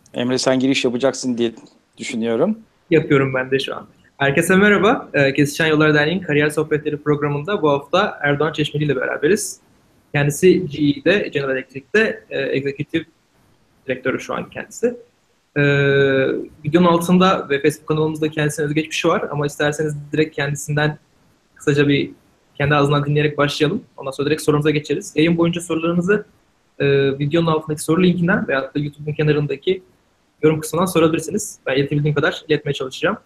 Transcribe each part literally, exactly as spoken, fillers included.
Emre sen giriş yapacaksın diye düşünüyorum. Yapıyorum ben de şu an. Herkese merhaba. Ee, Kesişen Yollar Derneği'nin Kariyer Sohbetleri programında bu hafta Erdoğan Çeşmeli ile beraberiz. Kendisi G E'de, General Electric'te e, Executive Direktörü şu an kendisi. Ee, Videonun altında ve Facebook kanalımızda kendisine özgeçmişi var ama isterseniz direkt kendisinden kısaca bir kendi ağzından dinleyerek başlayalım. Ondan sonra direkt sorumuza geçeriz. Yayın boyunca sorularınızı e, videonun altındaki soru linkinden veyahut da YouTube'un kenarındaki yorum kısmından sorabilirsiniz. Ben iletebildiğim kadar iletmeye çalışacağım.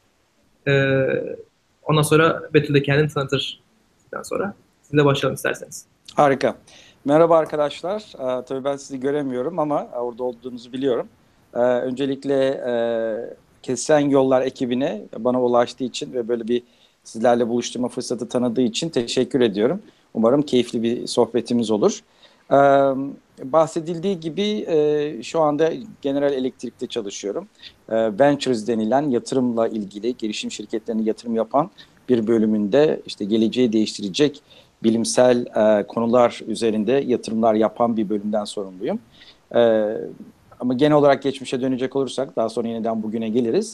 Ee, Ondan sonra Betül de kendini tanıtır sizden sonra. Sizle başlayalım isterseniz. Harika. Merhaba arkadaşlar. Ee, tabii ben sizi göremiyorum ama e, orada olduğunuzu biliyorum. Ee, öncelikle e, Kesişen Yollar ekibine bana ulaştığı için ve böyle bir sizlerle buluşturma fırsatı tanıdığı için teşekkür ediyorum. Umarım keyifli bir sohbetimiz olur. Ee, Bahsedildiği gibi e, şu anda General Electric'te çalışıyorum. Ee, Ventures denilen yatırımla ilgili girişim şirketlerine yatırım yapan bir bölümünde işte geleceği değiştirecek bilimsel e, konular üzerinde yatırımlar yapan bir bölümden sorumluyum. E, Ama genel olarak geçmişe dönecek olursak daha sonra yeniden bugüne geliriz.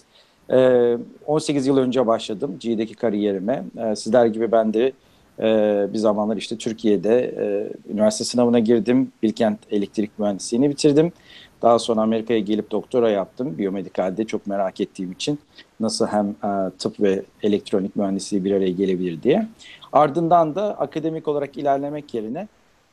E, on sekiz yıl önce başladım G E'deki kariyerime. E, sizler gibi ben de e, bir zamanlar işte Türkiye'de e, üniversite sınavına girdim. Bilkent Elektrik Mühendisliğini bitirdim. Daha sonra Amerika'ya gelip doktora yaptım. Biyomedikalde çok merak ettiğim için nasıl hem e, tıp ve elektronik mühendisliği bir araya gelebilir diye. Ardından da akademik olarak ilerlemek yerine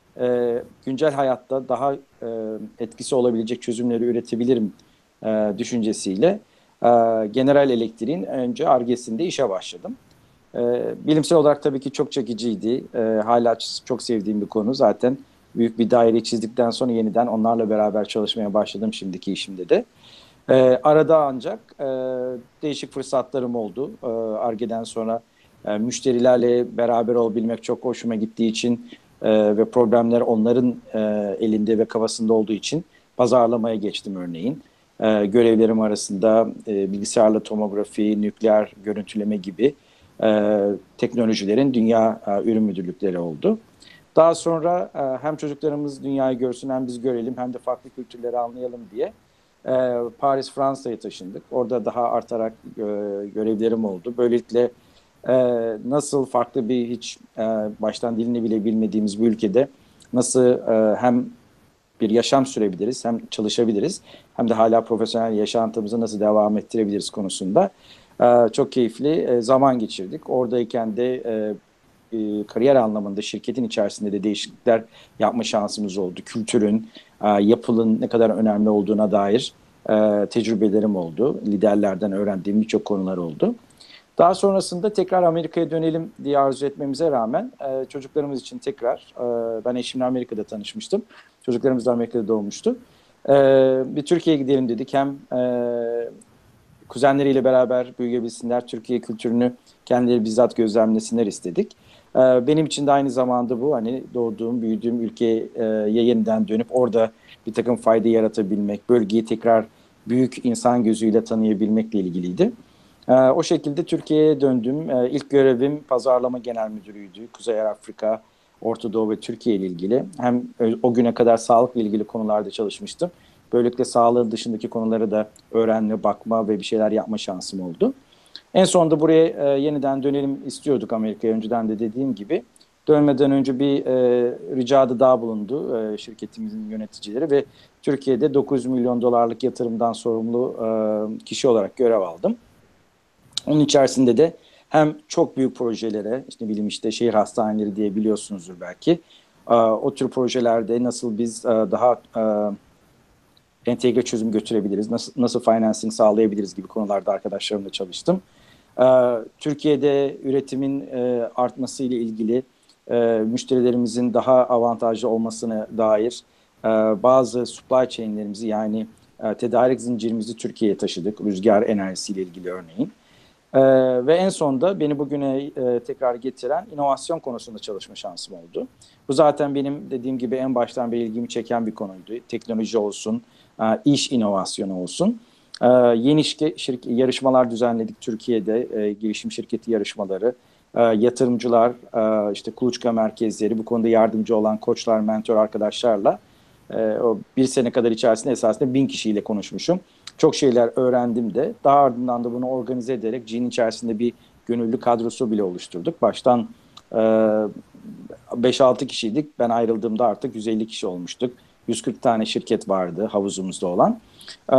e, güncel hayatta daha e, etkisi olabilecek çözümleri üretebilirim e, düşüncesiyle e, General Electric'in önce Ar-Ge'sinde işe başladım. E, Bilimsel olarak tabii ki çok çekiciydi. E, hala çok sevdiğim bir konu. Zaten büyük bir daireyi çizdikten sonra yeniden onlarla beraber çalışmaya başladım şimdiki işimde de. E, arada ancak e, değişik fırsatlarım oldu. E, Ar-Ge'den sonra e, müşterilerle beraber olabilmek çok hoşuma gittiği için e, ve problemler onların e, elinde ve kafasında olduğu için pazarlamaya geçtim örneğin. E, görevlerim arasında e, bilgisayarlı tomografi, nükleer görüntüleme gibi e, teknolojilerin dünya e, ürün müdürlükleri oldu. Daha sonra e, hem çocuklarımız dünyayı görsün hem biz görelim hem de farklı kültürleri anlayalım diye e, Paris, Fransa'ya taşındık. Orada daha artarak e, görevlerim oldu. Böylelikle e, nasıl farklı bir hiç e, baştan dilini bile bilmediğimiz bir ülkede nasıl e, hem bir yaşam sürebiliriz hem çalışabiliriz hem de hala profesyonel yaşantımızı nasıl devam ettirebiliriz konusunda e, çok keyifli e, zaman geçirdik. Oradayken de e, e, kariyer anlamında şirketin içerisinde de değişiklikler yapma şansımız oldu. Kültürün, e, yapılın ne kadar önemli olduğuna dair e, tecrübelerim oldu. Liderlerden öğrendiğim birçok konular oldu. Daha sonrasında tekrar Amerika'ya dönelim diye arzu etmemize rağmen e, çocuklarımız için tekrar, e, ben eşimle Amerika'da tanışmıştım. Çocuklarımız da Amerika'da doğmuştu. E, bir Türkiye'ye gidelim dedik. Hem e, kuzenleriyle beraber büyüyebilsinler, Türkiye kültürünü kendileri bizzat gözlemlesinler istedik. Ee, benim için de aynı zamanda bu hani doğduğum, büyüdüğüm ülkeye yeniden dönüp orada bir takım fayda yaratabilmek, bölgeyi tekrar büyük insan gözüyle tanıyabilmekle ilgiliydi. Ee, o şekilde Türkiye'ye döndüm. Ee, ilk görevim pazarlama genel müdürüydü. Kuzey Afrika, Orta Doğu ve Türkiye ile ilgili. Hem o güne kadar sağlıkla ilgili konularda çalışmıştım. Böylelikle sağlığın dışındaki konuları da öğrenme, bakma ve bir şeyler yapma şansım oldu. En sonunda buraya e, yeniden dönelim istiyorduk Amerika'ya önceden de dediğim gibi. Dönmeden önce bir e, ricada daha bulundu e, şirketimizin yöneticileri ve Türkiye'de dokuz yüz milyon dolarlık yatırımdan sorumlu e, kişi olarak görev aldım. Onun içerisinde de hem çok büyük projelere, işte bileyim işte şehir hastaneleri diye biliyorsunuzdur belki. E, o tür projelerde nasıl biz e, daha e, entegre çözüm götürebiliriz, nasıl, nasıl financing sağlayabiliriz gibi konularda arkadaşlarımla çalıştım. Ee, Türkiye'de üretimin e, artması ile ilgili e, müşterilerimizin daha avantajlı olmasına dair e, bazı supply chain'lerimizi yani e, tedarik zincirimizi Türkiye'ye taşıdık. Rüzgar enerjisiyle ilgili örneğin. Ee, ve en sonunda beni bugüne e, tekrar getiren inovasyon konusunda çalışma şansım oldu. Bu zaten benim dediğim gibi en baştan beri ilgimi çeken bir konuydu. Teknoloji olsun, e, iş inovasyonu olsun. E, yeni şirket, yarışmalar düzenledik Türkiye'de, e, girişim şirketi yarışmaları. E, yatırımcılar, e, işte kuluçka merkezleri, bu konuda yardımcı olan koçlar, mentor arkadaşlarla E, o bir sene kadar içerisinde esasında bin kişiyle konuşmuşum. Çok şeyler öğrendim de. Daha ardından da bunu organize ederek G'nin içerisinde bir gönüllü kadrosu bile oluşturduk. Baştan e, beş altı kişiydik. Ben ayrıldığımda artık yüz elli kişi olmuştuk. yüz kırk tane şirket vardı havuzumuzda olan. E,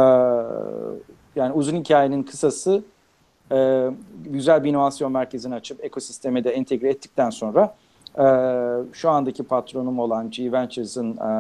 yani uzun hikayenin kısası, e, güzel bir inovasyon merkezini açıp ekosisteme de entegre ettikten sonra e, şu andaki patronum olan G Ventures'ın e,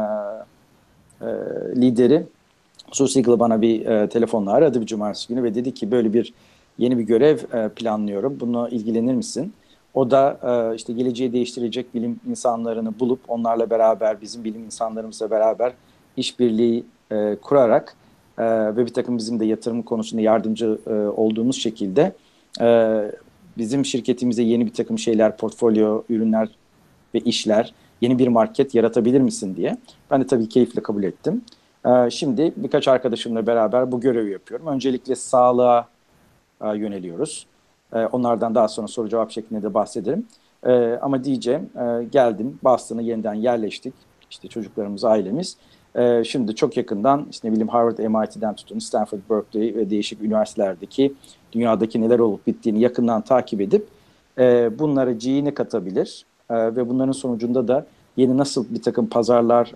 e, lideri Su Siegel bana bir e, telefonla aradı bir cumartesi günü ve dedi ki böyle bir yeni bir görev e, planlıyorum. Bununla ilgilenir misin? O da e, işte geleceği değiştirecek bilim insanlarını bulup onlarla beraber bizim bilim insanlarımızla beraber işbirliği e, kurarak e, ve bir takım bizim de yatırım konusunda yardımcı e, olduğumuz şekilde e, bizim şirketimize yeni bir takım şeyler, portfolyo, ürünler ve işler, yeni bir market yaratabilir misin diye. Ben de tabii keyifle kabul ettim. Ee, şimdi birkaç arkadaşımla beraber bu görevi yapıyorum. Öncelikle sağlığa e, yöneliyoruz. Ee, onlardan daha sonra soru cevap şeklinde de bahsederim. Ee, ama diyeceğim, e, geldim, Boston'a yeniden yerleştik. İşte çocuklarımız, ailemiz. Ee, şimdi çok yakından, işte ne bileyim Harvard, M I T'den tutun, Stanford, Berkeley ve değişik üniversitelerdeki dünyadaki neler olup bittiğini yakından takip edip e, bunlara G'ni katabilir e, ve bunların sonucunda da yeni nasıl bir takım pazarlar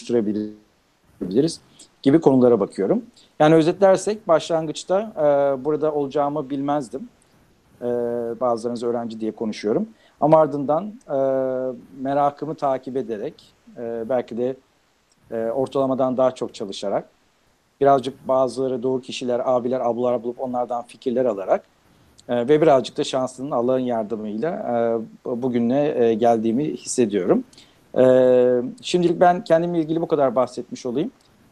oluşturabiliriz gibi konulara bakıyorum. Yani özetlersek başlangıçta e, burada olacağımı bilmezdim. E, bazılarınız öğrenci diye konuşuyorum. Ama ardından e, merakımı takip ederek, e, belki de e, ortalamadan daha çok çalışarak, birazcık bazıları doğru kişiler, abiler, ablalar bulup onlardan fikirler alarak e, ve birazcık da şansının Allah'ın yardımıyla e, bugüne e, geldiğimi hissediyorum. E, şimdilik ben kendimle ilgili bu kadar bahsetmiş olayım.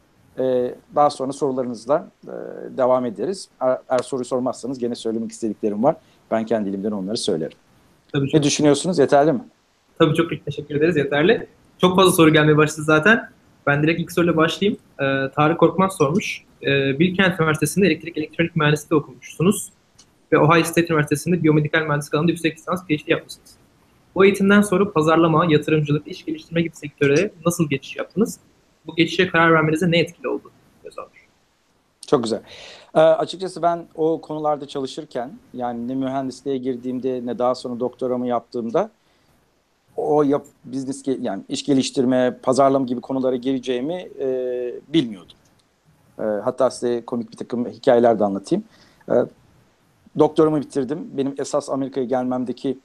Ee, daha sonra sorularınızla e, devam ederiz. Eğer, eğer soruyu sormazsanız gene söylemek istediklerim var. Ben kendi dilimden onları söylerim. Tabii Ne çok, düşünüyorsunuz? Yeterli mi? tabii çok teşekkür ederiz. Yeterli. Çok fazla soru gelmeye başladı zaten. Ben direkt ilk soruyla başlayayım. Ee, Tarık Korkmaz sormuş. Ee, Bilkent Üniversitesi'nde elektrik elektronik mühendisliği okumuşsunuz ve Ohio State Üniversitesi'nde biyomedikal mühendislik alanında yüksek lisans P H D yapmışsınız. Bu eğitimden sonra pazarlama, yatırımcılık, iş geliştirme gibi sektöre nasıl geçiş yaptınız? Bu geçişe karar vermenize ne etkili oldu? Çok güzel. Ee, açıkçası ben o konularda çalışırken, yani ne mühendisliğe girdiğimde ne daha sonra doktoramı yaptığımda o yap, business, yani iş geliştirme, pazarlama gibi konulara gireceğimi e, bilmiyordum. E, hatta size komik bir takım hikayeler de anlatayım. E, doktoramı bitirdim. Benim esas Amerika'ya gelmemdeki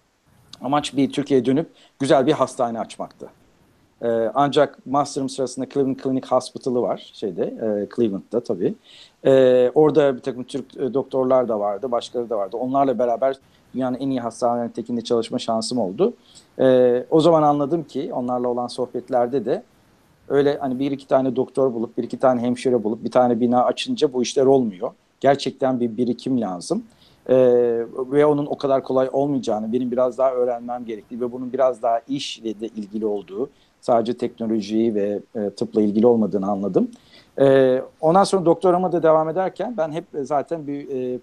amaç bir Türkiye'ye dönüp güzel bir hastane açmaktı. Ee, ancak master'ım sırasında Cleveland Clinic Hospital'ı var şeyde, e, Cleveland'da tabii. Ee, orada bir takım Türk e, doktorlar da vardı, başkaları da vardı. Onlarla beraber dünyanın en iyi hastanelerinin tekinde çalışma şansım oldu. Ee, o zaman anladım ki onlarla olan sohbetlerde de öyle hani bir iki tane doktor bulup, bir iki tane hemşire bulup, bir tane bina açınca bu işler olmuyor. Gerçekten bir birikim lazım. Ee, ve onun o kadar kolay olmayacağını, benim biraz daha öğrenmem gerektiği ve bunun biraz daha işle de ilgili olduğu, sadece teknolojiyi ve e, tıpla ilgili olmadığını anladım. E, ondan sonra doktorama da devam ederken ben hep zaten bir e,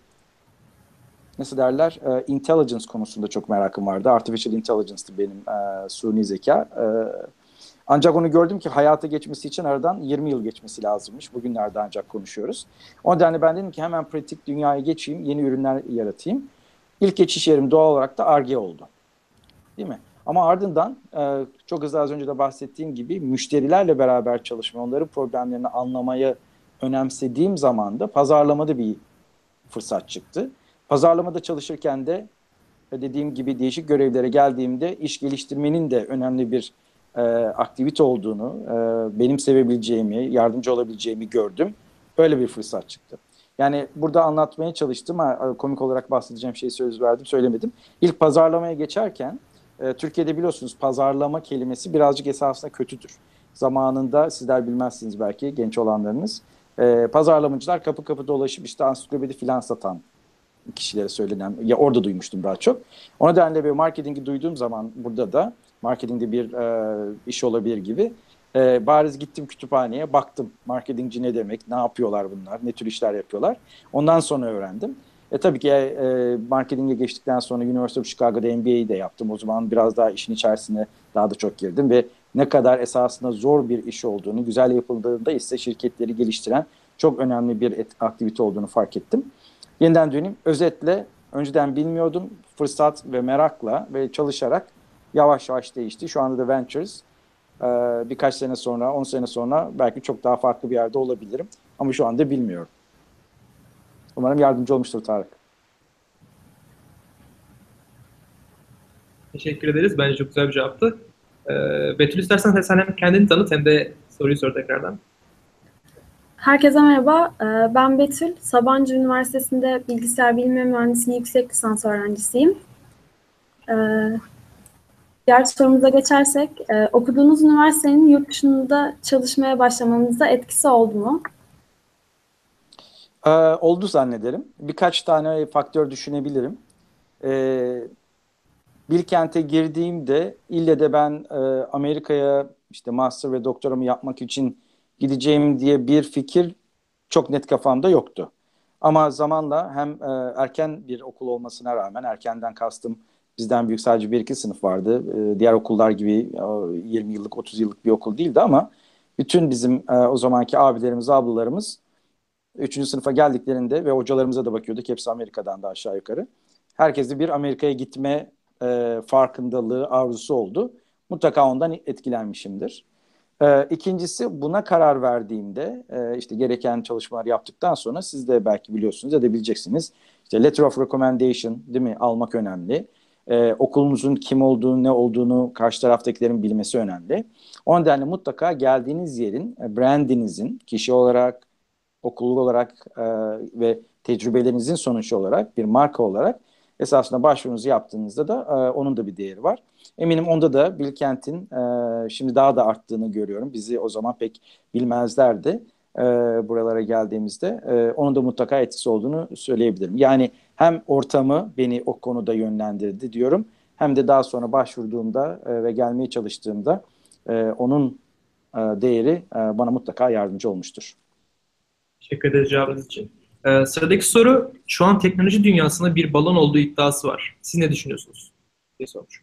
nasıl derler e, intelligence konusunda çok merakım vardı. Artificial intelligence'tı benim e, suni zeka. E, ancak onu gördüm ki hayata geçmesi için aradan yirmi yıl geçmesi lazımmış. Bugünlerde ancak konuşuyoruz. O nedenle ben dedim ki hemen pratik dünyaya geçeyim, yeni ürünler yaratayım. İlk geçiş yerim doğal olarak da Ar-Ge oldu. Değil mi? Ama ardından e, çok hızlı az önce de bahsettiğim gibi müşterilerle beraber çalışma, onların problemlerini anlamayı önemsediğim zaman da pazarlamada bir fırsat çıktı. Pazarlamada çalışırken de dediğim gibi değişik görevlere geldiğimde iş geliştirmenin de önemli bir e, aktivite olduğunu, e, benim sevebileceğimi, yardımcı olabileceğimi gördüm. Böyle bir fırsat çıktı. Yani burada anlatmaya çalıştım ama komik olarak bahsedeceğim şeyi söz verdim, söylemedim. İlk pazarlamaya geçerken e, Türkiye'de biliyorsunuz pazarlama kelimesi birazcık esasında kötüdür. Zamanında sizler bilmezsiniz belki genç olanlarınız. E, pazarlamacılar kapı kapı dolaşıp işte ansiklopedi filan satan kişilere söylenen, ya orada duymuştum daha çok. O nedenle bir marketingi duyduğum zaman burada da marketingde bir e, iş olabilir gibi e, bariz gittim kütüphaneye baktım marketingci ne demek, ne yapıyorlar bunlar, ne tür işler yapıyorlar. Ondan sonra öğrendim. E, tabii ki e, marketinge geçtikten sonra University of Chicago'da M B A'yi de yaptım. O zaman biraz daha işin içerisine daha da çok girdim ve ne kadar esasında zor bir iş olduğunu, güzel yapıldığında ise şirketleri geliştiren çok önemli bir et, aktivite olduğunu fark ettim. Yeniden döneyim. Özetle önceden bilmiyordum. Fırsat ve merakla ve çalışarak yavaş yavaş değişti. Şu anda da Ventures e, birkaç sene sonra, on sene sonra belki çok daha farklı bir yerde olabilirim. Ama şu anda bilmiyorum. Umarım yardımcı olmuştur Tarık. Teşekkür ederiz. Bence çok güzel bir cevaptı. Ee, Betül, istersen sen hem kendini tanıt hem de soruyu sor tekrardan. Herkese merhaba. Ee, Ben Betül. Sabancı Üniversitesi'nde bilgisayar bilimi mühendisliği yüksek lisans öğrencisiyim. Ee, Diğer sorumuza geçersek, e, okuduğunuz üniversitenin yurt dışında çalışmaya başlamanıza etkisi oldu mu? Ee, oldu zannederim. Birkaç tane faktör düşünebilirim. Ee, Bilkent'e girdiğimde ille de ben e, Amerika'ya işte master ve doktoramı yapmak için gideceğim diye bir fikir çok net kafamda yoktu. Ama zamanla hem e, erken bir okul olmasına rağmen, erkenden kastım bizden büyük sadece bir iki sınıf vardı. E, diğer okullar gibi e, yirmi yıllık, otuz yıllık bir okul değildi ama bütün bizim e, o zamanki abilerimiz, ablalarımız üçüncü sınıfa geldiklerinde ve hocalarımıza da bakıyorduk. Hepsi Amerika'dan da aşağı yukarı. Herkeste bir Amerika'ya gitme e, farkındalığı, arzusu oldu. Mutlaka ondan etkilenmişimdir. E, ikincisi buna karar verdiğimde e, işte gereken çalışmalar yaptıktan sonra siz de belki biliyorsunuz ya da bileceksiniz. İşte letter of recommendation değil mi almak önemli. E, okulunuzun kim olduğunu, ne olduğunu karşı taraftakilerin bilmesi önemli. O nedenle mutlaka geldiğiniz yerin e, brandinizin kişi olarak, okul olarak e, ve tecrübelerinizin sonucu olarak bir marka olarak esasında başvurunuzu yaptığınızda da e, onun da bir değeri var. Eminim onda da Bilkent'in e, şimdi daha da arttığını görüyorum. Bizi o zaman pek bilmezlerdi e, buralara geldiğimizde. E, onun da mutlaka etkisi olduğunu söyleyebilirim. Yani hem ortamı beni o konuda yönlendirdi diyorum. Hem de daha sonra başvurduğumda e, ve gelmeye çalıştığımda e, onun e, değeri e, bana mutlaka yardımcı olmuştur. Teşekkür ederiz cevabınız için. Ee, sıradaki soru, şu an teknoloji dünyasında bir balon olduğu iddiası var. Siz ne düşünüyorsunuz? diye sormuş.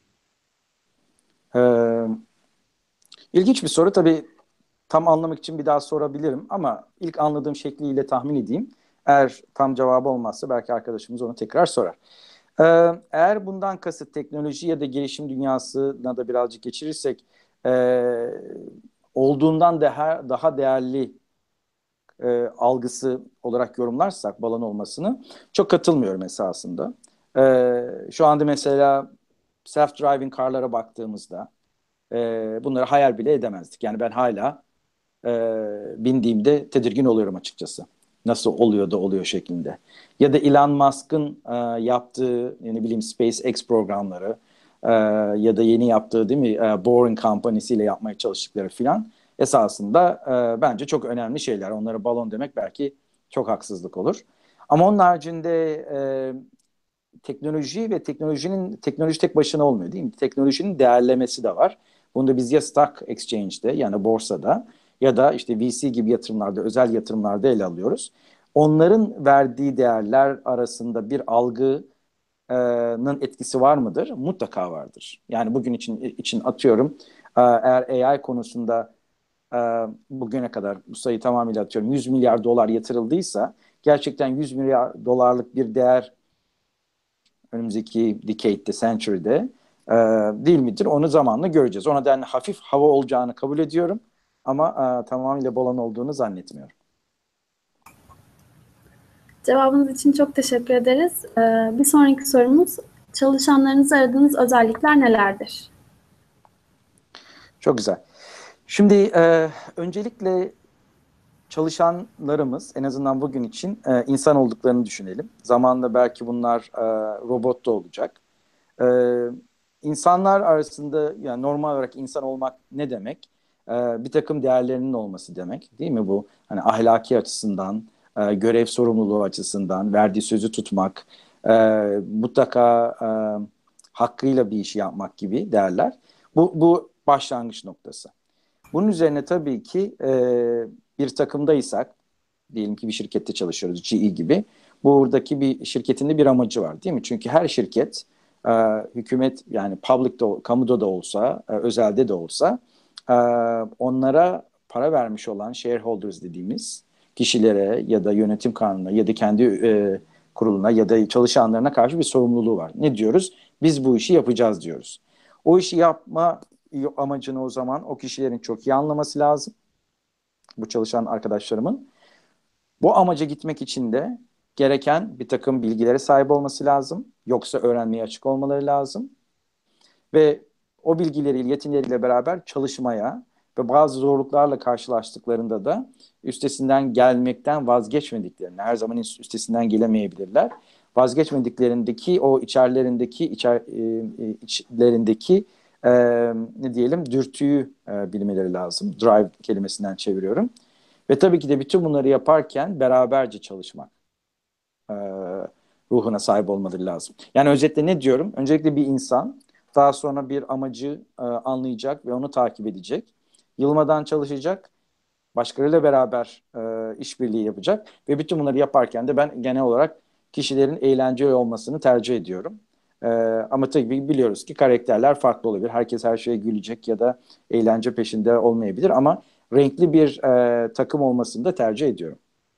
Ee, ilginç bir soru. Tabii tam anlamak için bir daha sorabilirim ama ilk anladığım şekliyle tahmin edeyim. Eğer tam cevabı olmazsa belki arkadaşımız onu tekrar sorar. Ee, eğer bundan kasıt teknoloji ya da gelişim dünyasına da birazcık geçirirsek e, olduğundan daha, daha değerli e, algısı olarak yorumlarsak balon olmasını çok katılmıyorum esasında. Ee, şu anda mesela self-driving car'lara baktığımızda e, bunları hayal bile edemezdik. Yani ben hala e, bindiğimde tedirgin oluyorum açıkçası. Nasıl oluyor da oluyor şeklinde. Ya da Elon Musk'ın e, yaptığı ne bileyim SpaceX programları e, ya da yeni yaptığı değil mi e, Boring Company ile yapmaya çalıştıkları filan esasında e, bence çok önemli şeyler. Onlara balon demek belki çok haksızlık olur. Ama onun haricinde e, teknoloji ve teknolojinin teknoloji tek başına olmuyor değil mi? Teknolojinin değerlemesi de var. Bunu da biz ya stock exchange'de yani borsada ya da işte V C gibi yatırımlarda, özel yatırımlarda ele alıyoruz. Onların verdiği değerler arasında bir algının etkisi var mıdır? Mutlaka vardır. Yani bugün için için atıyorum eğer A I konusunda bugüne kadar bu sayı tamamıyla atıyorum yüz milyar dolar yatırıldıysa gerçekten yüz milyar dolarlık bir değer önümüzdeki decade'de, century'de e, değil midir? Onu zamanla göreceğiz. O nedenle hafif hava olacağını kabul ediyorum ama e, tamamıyla balon olduğunu zannetmiyorum. Cevabınız için çok teşekkür ederiz. Ee, Bir sonraki sorumuz, çalışanlarınızı aradığınız özellikler nelerdir? Çok güzel. Şimdi e, öncelikle çalışanlarımız en azından bugün için e, insan olduklarını düşünelim. Zamanla belki bunlar e, robot da olacak. E, insanlar arasında yani normal olarak insan olmak ne demek? E, bir takım değerlerinin olması demek, değil mi bu? Hani ahlaki açısından, e, görev sorumluluğu açısından, verdiği sözü tutmak, e, mutlaka e, hakkıyla bir işi yapmak gibi değerler. Bu, bu başlangıç noktası. Bunun üzerine tabii ki e, bir takımdaysak, diyelim ki bir şirkette çalışıyoruz, G E gibi. Buradaki bir şirketin de bir amacı var değil mi? Çünkü her şirket e, hükümet yani public de, kamuda da olsa, e, özelde de olsa e, onlara para vermiş olan shareholders dediğimiz kişilere ya da yönetim kanununa ya da kendi e, kuruluna ya da çalışanlarına karşı bir sorumluluğu var. Ne diyoruz? Biz bu işi yapacağız diyoruz. O işi yapma amacını o zaman o kişilerin çok iyi anlaması lazım. Bu çalışan arkadaşlarımın. Bu amaca gitmek için de gereken bir takım bilgilere sahip olması lazım. Yoksa öğrenmeye açık olmaları lazım. Ve o bilgileriyle, yetinleriyle beraber çalışmaya ve bazı zorluklarla karşılaştıklarında da üstesinden gelmekten vazgeçmediklerini, her zaman üstesinden gelemeyebilirler. Vazgeçmediklerindeki o içerlerindeki içer, e, içlerindeki e, ne diyelim dürtüyü e, bilmeleri lazım. Drive kelimesinden çeviriyorum. Ve tabii ki de bütün bunları yaparken beraberce çalışmak e, ruhuna sahip olmaları lazım. Yani özetle ne diyorum? Öncelikle bir insan daha sonra bir amacı e, anlayacak ve onu takip edecek. Yılmadan çalışacak, başkalarıyla beraber e, işbirliği yapacak ve bütün bunları yaparken de ben genel olarak kişilerin eğlenceli olmasını tercih ediyorum. E, ama tabii biliyoruz ki karakterler farklı olabilir. Herkes her şeye gülecek ya da eğlence peşinde olmayabilir ama renkli bir e, takım olmasını da tercih ediyorum.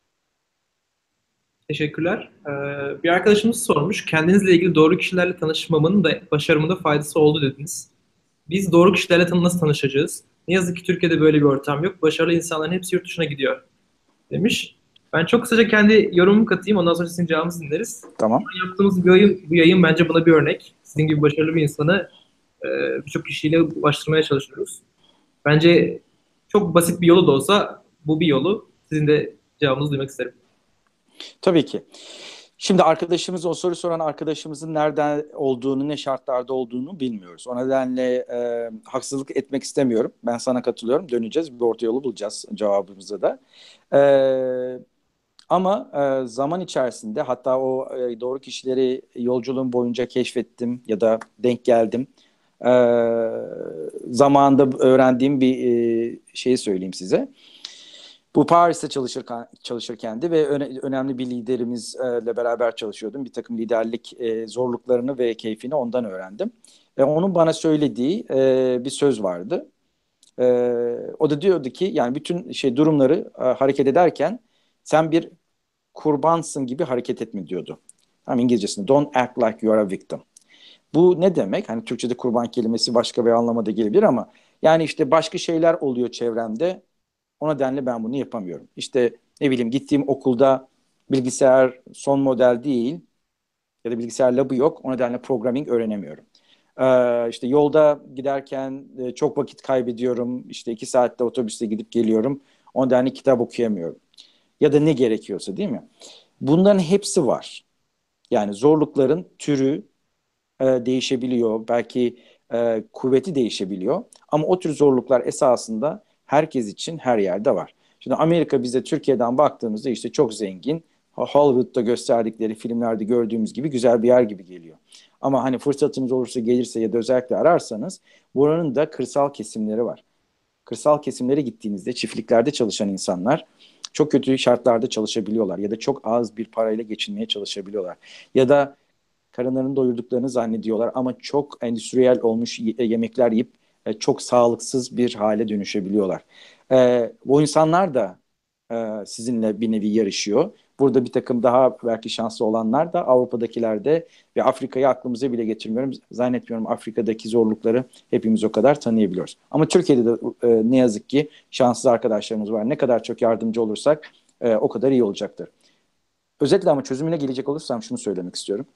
Teşekkürler. Ee, bir arkadaşımız sormuş. Kendinizle ilgili doğru kişilerle tanışmamın da başarımın da faydası oldu dediniz. Biz doğru kişilerle tan- nasıl tanışacağız? Ne yazık ki Türkiye'de böyle bir ortam yok. Başarılı insanların hepsi yurt dışına gidiyor demiş. Ben çok kısaca kendi yorumumu katayım. Ondan sonra sizin cevabınızı dinleriz. Tamam. Yaptığımız bu yayın, bu yayın bence buna bir örnek. Sizin gibi başarılı bir insanı e, birçok kişiyle ulaştırmaya çalışıyoruz. Bence çok basit bir yolu da olsa bu bir yolu. Sizin de cevabınızı duymak isterim. Tabii ki. Şimdi arkadaşımız, o soru soran arkadaşımızın nereden olduğunu, ne şartlarda olduğunu bilmiyoruz. O nedenle e, haksızlık etmek istemiyorum. Ben sana katılıyorum. Döneceğiz. Bir orta yolu bulacağız cevabımızda da. E, ama e, zaman içerisinde hatta o e, doğru kişileri yolculuğum boyunca keşfettim ya da denk geldim. E, zamanında öğrendiğim bir e, şeyi söyleyeyim size. Bu Paris'te çalışırken, çalışırken de ve öne, önemli bir liderimizle beraber çalışıyordum. Bir takım liderlik e, zorluklarını ve keyfini ondan öğrendim. Ve onun bana söylediği e, bir söz vardı. E, o da diyordu ki yani bütün şey durumları e, hareket ederken sen bir kurbansın gibi hareket etme diyordu. Tam İngilizcesinde don't act like you are a victim. Bu ne demek? Hani Türkçe'de kurban kelimesi başka bir anlamda gelebilir ama yani işte başka şeyler oluyor çevremde. O nedenle ben bunu yapamıyorum. İşte ne bileyim gittiğim okulda bilgisayar son model değil ya da bilgisayar labı yok. O nedenle programming öğrenemiyorum. Ee, işte yolda giderken e, çok vakit kaybediyorum. İşte iki saatte otobüste gidip geliyorum. O nedenle kitap okuyamıyorum. Ya da ne gerekiyorsa değil mi? Bunların hepsi var. Yani zorlukların türü e, değişebiliyor. Belki e, kuvveti değişebiliyor. Ama o tür zorluklar esasında herkes için her yerde var. Şimdi Amerika bize Türkiye'den baktığımızda işte çok zengin, Hollywood'da gösterdikleri filmlerde gördüğümüz gibi güzel bir yer gibi geliyor. Ama hani fırsatınız olursa gelirse ya da özellikle ararsanız buranın da kırsal kesimleri var. Kırsal kesimlere gittiğinizde çiftliklerde çalışan insanlar çok kötü şartlarda çalışabiliyorlar ya da çok az bir parayla geçinmeye çalışabiliyorlar. Ya da karınlarını doyurduklarını zannediyorlar ama çok endüstriyel olmuş yemekler yiyip e, çok sağlıksız bir hale dönüşebiliyorlar. E, bu insanlar da e, sizinle bir nevi yarışıyor. Burada bir takım daha belki şanslı olanlar da Avrupa'dakiler de ve Afrika'yı aklımıza bile getirmiyorum. Zannetmiyorum Afrika'daki zorlukları hepimiz o kadar tanıyabiliyoruz. Ama Türkiye'de de e, ne yazık ki şanssız arkadaşlarımız var. Ne kadar çok yardımcı olursak e, o kadar iyi olacaktır. Özetle ama çözümüne gelecek olursam şunu söylemek istiyorum.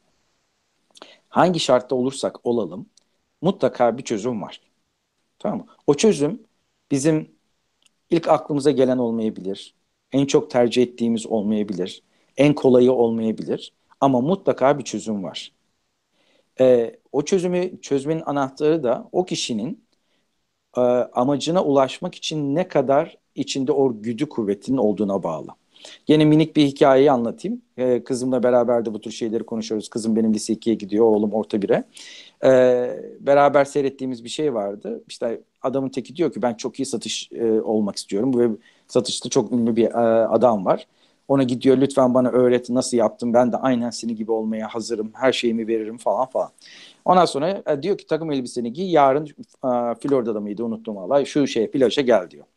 Hangi şartta olursak olalım mutlaka bir çözüm var. Tamam mı? O çözüm bizim ilk aklımıza gelen olmayabilir. En çok tercih ettiğimiz olmayabilir. En kolayı olmayabilir. Ama mutlaka bir çözüm var. Ee, o çözümü çözmenin anahtarı da o kişinin e, amacına ulaşmak için ne kadar içinde o güdü kuvvetinin olduğuna bağlı. Yine minik bir hikayeyi anlatayım. Ee, kızımla beraber de bu tür şeyleri konuşuyoruz. Kızım benim lise ikiye gidiyor, oğlum orta bire. Ee, beraber seyrettiğimiz bir şey vardı. İşte adamın teki diyor ki ben çok iyi satış e, olmak istiyorum. Ve satışta çok ünlü bir e, adam var. Ona gidiyor, lütfen bana öğret nasıl yaptım, ben de aynen senin gibi olmaya hazırım, her şeyimi veririm falan falan. Ondan sonra e, diyor ki takım elbiseni giy, yarın e, Florida'da mıydı unuttum valla, şu şey plaja gel diyor.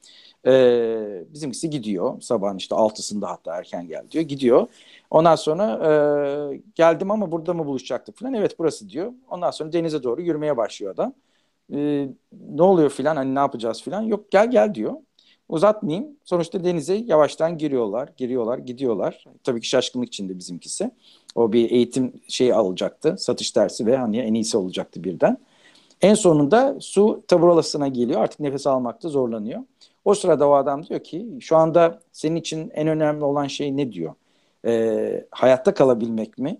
E, bizimkisi gidiyor sabahın işte altısında, hatta erken gel diyor, gidiyor. Ondan sonra e, geldim ama burada mı buluşacaktık falan, evet burası diyor. Ondan sonra denize doğru yürümeye başlıyor adam. E, ne oluyor filan, hani ne yapacağız filan, yok gel gel diyor. Uzatmayayım. Sonuçta denize yavaştan giriyorlar, giriyorlar, gidiyorlar. Tabii ki şaşkınlık içinde bizimkisi. O bir eğitim şeyi alacaktı, satış dersi ve hani en iyisi olacaktı birden. En sonunda su taburasına geliyor. Artık nefes almakta zorlanıyor. O sırada o adam diyor ki şu anda senin için en önemli olan şey ne diyor? Ee, hayatta kalabilmek mi?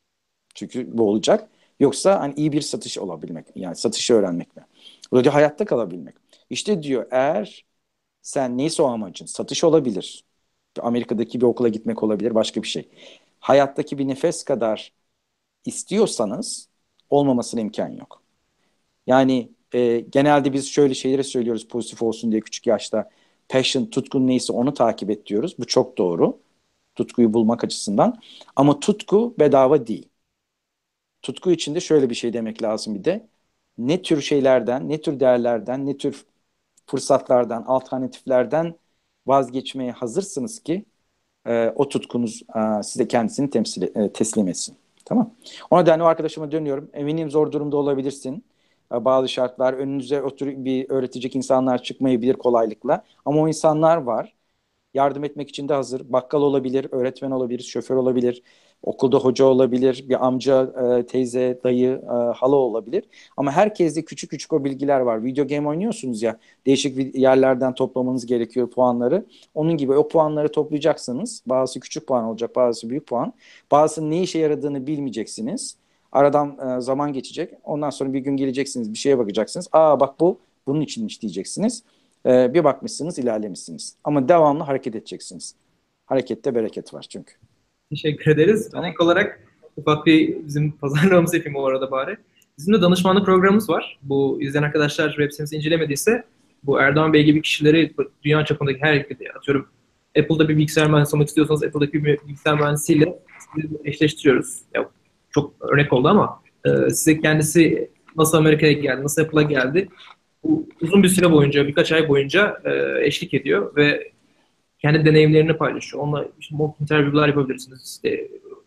Çünkü bu olacak. Yoksa hani iyi bir satış olabilmek mi? Yani satışı öğrenmek mi? O da diyor hayatta kalabilmek. İşte diyor, eğer sen neyse o amacın, satış olabilir, Amerika'daki bir okula gitmek olabilir, başka bir şey. Hayattaki bir nefes kadar istiyorsanız olmamasına imkan yok. Yani e, genelde biz şöyle şeyleri söylüyoruz pozitif olsun diye küçük yaşta. Passion, tutkun neyse onu takip et diyoruz. Bu çok doğru. Tutkuyu bulmak açısından. Ama tutku bedava değil. Tutku içinde şöyle bir şey demek lazım bir de. Ne tür şeylerden, ne tür değerlerden, ne tür fırsatlardan, alternatiflerden vazgeçmeye hazırsınız ki e, o tutkunuz e, size kendisini temsil, e, teslim etsin. Tamam. O nedenle o arkadaşıma dönüyorum. Eminim zor durumda olabilirsin. E, bazı şartlar önünüze otur bir öğretecek insanlar çıkmayabilir kolaylıkla. Ama o insanlar var. Yardım etmek için de hazır. Bakkal olabilir, öğretmen olabilir, şoför olabilir, okulda hoca olabilir, bir amca, e, teyze, dayı, e, hala olabilir. Ama herkeste küçük küçük o bilgiler var. Video game oynuyorsunuz ya, değişik yerlerden toplamanız gerekiyor puanları. Onun gibi o puanları toplayacaksınız. Bazısı küçük puan olacak, bazısı büyük puan. Bazısının ne işe yaradığını bilmeyeceksiniz. Aradan e, zaman geçecek. Ondan sonra bir gün geleceksiniz, bir şeye bakacaksınız. Aa bak bu bunun içinmiş diyeceksiniz. Ee, bir bakmışsınız ilerlemişsiniz. Ama devamlı hareket edeceksiniz. Harekette bereket var çünkü. Teşekkür ederiz. Ben ilk olarak ufak bir bizim pazarlamamızı yapayım o arada bari. Bizim de danışmanlık programımız var. Bu izleyen arkadaşlar web sitemizi incelemediyse bu Erdoğan Bey gibi kişileri dünya çapındaki her ülkede, atıyorum Apple'da bir bilgisayar mühendisi olmak istiyorsanız Apple'daki bir bilgisayar mühendisiyle sizi eşleştiriyoruz. Ya, çok örnek oldu ama e, size kendisi nasıl Amerika'ya geldi, nasıl Apple'a geldi, bu uzun bir süre boyunca, birkaç ay boyunca e, eşlik ediyor ve kendi deneyimlerini paylaşıyor. Onunla işte mock interview'lar yapabilirsiniz. İşte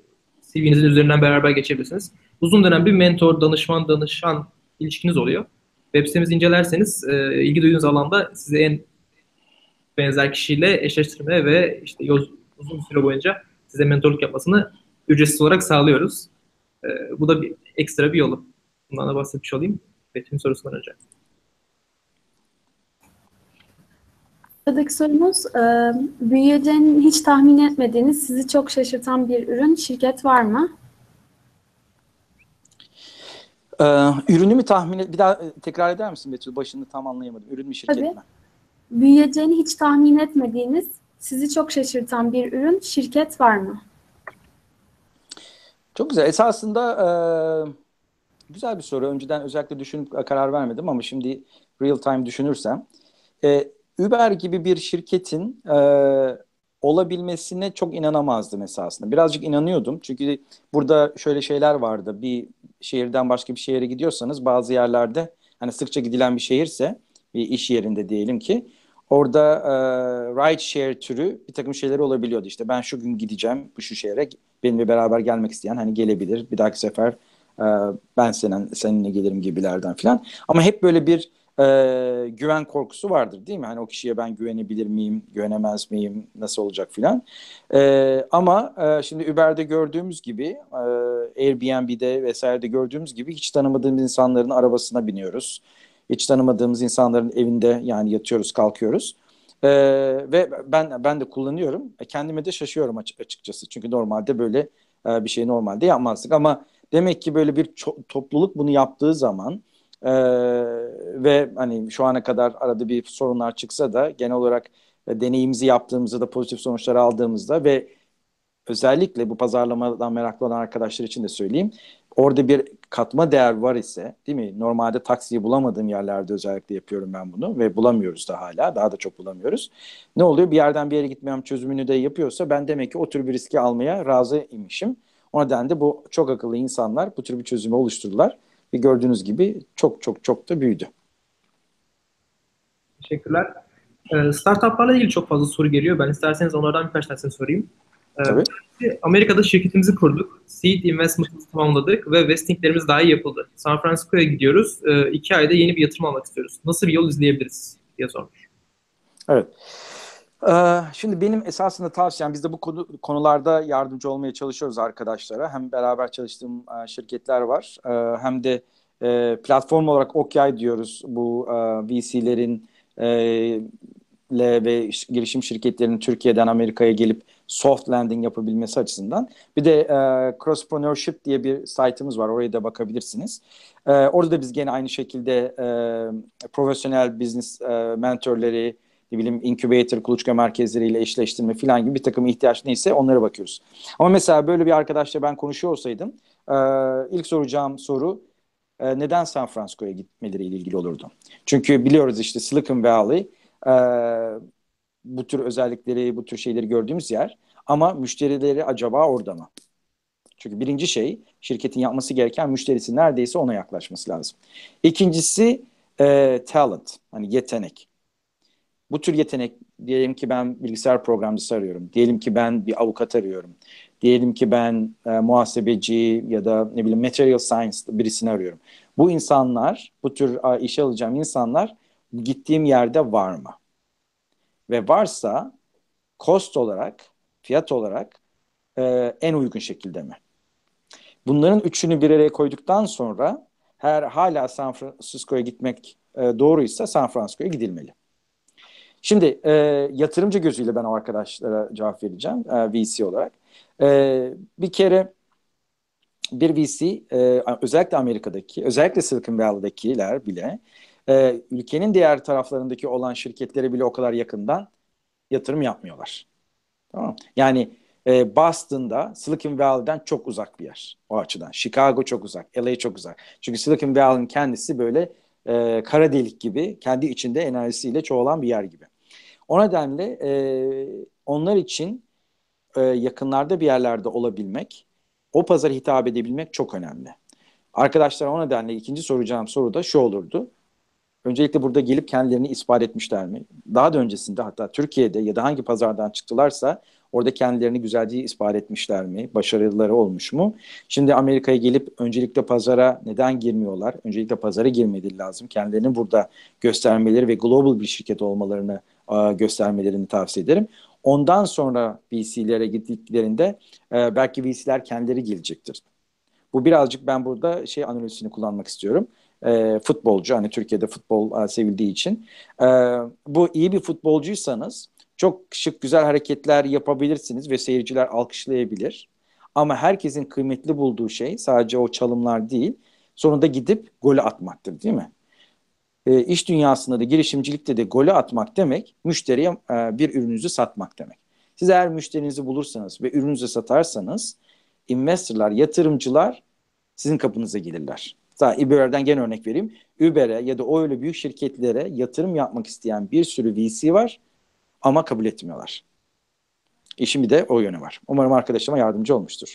C V'nizin üzerinden beraber geçebilirsiniz. Uzun dönem bir mentor, danışman, danışan ilişkiniz oluyor. Web sitemizi incelerseniz e, ilgi duyduğunuz alanda size en benzer kişiyle eşleştirme ve işte yoz, uzun bir süre boyunca size mentorluk yapmasını ücretsiz olarak sağlıyoruz. E, bu da bir ekstra bir yolu. Bundan da bahsetmiş olayım. Betül'ün sorusundan önce. Sıradaki sorumuz, e, büyüyeceğini hiç tahmin etmediğiniz, sizi çok şaşırtan bir ürün, şirket var mı? Ee, ürünü mü tahmin et... Bir daha e, tekrar eder misin Betül? Başını tam anlayamadım. Ürün mü, şirket Tabii. mi? Büyüyeceğini hiç tahmin etmediğiniz, sizi çok şaşırtan bir ürün, şirket var mı? Çok güzel. Esasında e, güzel bir soru. Önceden özellikle düşünüp karar vermedim ama şimdi real time düşünürsem. E, Uber gibi bir şirketin e, olabilmesine çok inanamazdım esasında. Birazcık inanıyordum. Çünkü burada şöyle şeyler vardı. Bir şehirden başka bir şehre gidiyorsanız bazı yerlerde hani sıkça gidilen bir şehirse bir iş yerinde diyelim ki orada e, ride share türü bir takım şeyler olabiliyordu. İşte ben şu gün gideceğim bu şu şehre, benimle beraber gelmek isteyen hani gelebilir. Bir dahaki sefer e, ben senin, seninle gelirim gibilerden falan. Ama hep böyle bir e, güven korkusu vardır değil mi? Hani o kişiye ben güvenebilir miyim, güvenemez miyim, nasıl olacak filan. E, ama e, şimdi Uber'de gördüğümüz gibi, e, Airbnb'de vesairede gördüğümüz gibi hiç tanımadığımız insanların arabasına biniyoruz. Hiç tanımadığımız insanların evinde yani yatıyoruz, kalkıyoruz. E, ve ben ben de kullanıyorum. E, kendime de şaşıyorum açık, açıkçası. Çünkü normalde böyle e, bir şey normalde yapmazdık. Ama demek ki böyle bir ço- topluluk bunu yaptığı zaman ee, ve hani şu ana kadar arada bir sorunlar çıksa da genel olarak e, deneyimizi yaptığımızda da pozitif sonuçlar aldığımızda ve özellikle bu pazarlamadan meraklı olan arkadaşlar için de söyleyeyim. orada bir katma değer var ise, değil mi? Normalde taksiyi bulamadığım yerlerde özellikle yapıyorum ben bunu ve bulamıyoruz da hala. Daha da çok bulamıyoruz. Ne oluyor? Bir yerden bir yere gitmem çözümünü de yapıyorsa ben demek ki o tür bir riski almaya razıymışım. O nedenle de bu çok akıllı insanlar bu tür bir çözümü oluşturdular. Ve gördüğünüz gibi çok çok çok da büyüdü. Teşekkürler. Ee, startuplarla ilgili çok fazla soru geliyor. Ben isterseniz onlardan birkaç tanesini sorayım. Ee, Tabii. Amerika'da şirketimizi kurduk. Seed investment'ımızı tamamladık ve vestinglerimiz daha iyi yapıldı. San Francisco'ya gidiyoruz. Ee, iki ayda yeni bir yatırım almak istiyoruz. Nasıl bir yol izleyebiliriz diye sormuş. Evet. Ee, Şimdi benim esasında tavsiyem, biz de bu konu, konularda yardımcı olmaya çalışıyoruz arkadaşlara. Hem beraber çalıştığım e, şirketler var, e, hem de e, platform olarak OKI diyoruz bu e, V C'lerin e, le ve girişim şirketlerinin Türkiye'den Amerika'ya gelip soft landing yapabilmesi açısından. Bir de e, Crosspreneurship diye bir site'ımız var, oraya da bakabilirsiniz. E, orada da biz gene aynı şekilde e, profesyonel business e, mentorları, ne bileyim incubator, kuluçka merkezleriyle eşleştirme falan gibi bir takım ihtiyaç neyse onlara bakıyoruz. Ama mesela böyle bir arkadaşla ben konuşuyor olsaydım e, ilk soracağım soru e, neden San Francisco'ya gitmeleriyle ilgili olurdu. Çünkü biliyoruz işte Silicon Valley e, bu tür özellikleri, bu tür şeyleri gördüğümüz yer, ama müşterileri acaba orada mı? Çünkü birinci şey, şirketin yapması gereken müşterisi neredeyse ona yaklaşması lazım. İkincisi e, talent, hani yetenek. Bu tür yetenek, diyelim ki ben bilgisayar programcısı arıyorum. Diyelim ki ben bir avukat arıyorum. Diyelim ki ben e, muhasebeci ya da ne bileyim material science birisini arıyorum. Bu insanlar, bu tür e, işe alacağım insanlar gittiğim yerde var mı? Ve varsa cost olarak, fiyat olarak e, en uygun şekilde mi? Bunların üçünü bir araya koyduktan sonra her hala San Francisco'ya gitmek e, doğruysa San Francisco'ya gidilmeli. Şimdi e, yatırımcı gözüyle ben o arkadaşlara cevap vereceğim e, V C olarak. E, bir kere bir V C e, özellikle Amerika'daki, özellikle Silicon Valley'dakiler bile e, ülkenin diğer taraflarındaki olan şirketlere bile o kadar yakından yatırım yapmıyorlar. Tamam. Yani e, Boston'da Silicon Valley'den çok uzak bir yer o açıdan. Chicago çok uzak, L A çok uzak. Çünkü Silicon Valley'nin kendisi böyle e, kara delik gibi, kendi içinde enerjisiyle çoğalan bir yer gibi. O nedenle e, onlar için e, yakınlarda bir yerlerde olabilmek, o pazara hitap edebilmek çok önemli. Arkadaşlar, o nedenle ikinci soracağım soru da şu olurdu. Öncelikle burada gelip kendilerini ispat etmişler mi? Daha da öncesinde, hatta Türkiye'de ya da hangi pazardan çıktılarsa orada kendilerini güzelce ispat etmişler mi? Başarıları olmuş mu? Şimdi Amerika'ya gelip öncelikle pazara neden girmiyorlar? Öncelikle pazara girmeleri lazım. Kendilerini burada göstermeleri ve global bir şirket olmalarını e, göstermelerini tavsiye ederim. Ondan sonra V C'lere gittiklerinde e, belki V C'ler kendileri gelecektir. Bu birazcık, ben burada şey analojisini kullanmak istiyorum. E, futbolcu, hani Türkiye'de futbol e, sevildiği için. E, Bu iyi bir futbolcuysanız çok şık güzel hareketler yapabilirsiniz ve seyirciler alkışlayabilir. Ama herkesin kıymetli bulduğu şey sadece o çalımlar değil, sonunda gidip golü atmaktır, değil mi? E, iş dünyasında da, girişimcilikte de golü atmak demek müşteriye e, bir ürününüzü satmak demek. Siz eğer müşterinizi bulursanız ve ürününüzü satarsanız, investorlar, yatırımcılar sizin kapınıza gelirler. Mesela Uber'den gene örnek vereyim. Uber'e ya da o öyle büyük şirketlere yatırım yapmak isteyen bir sürü V C var ama kabul etmiyorlar. İşin bir de o yönü var. Umarım arkadaşıma yardımcı olmuştur.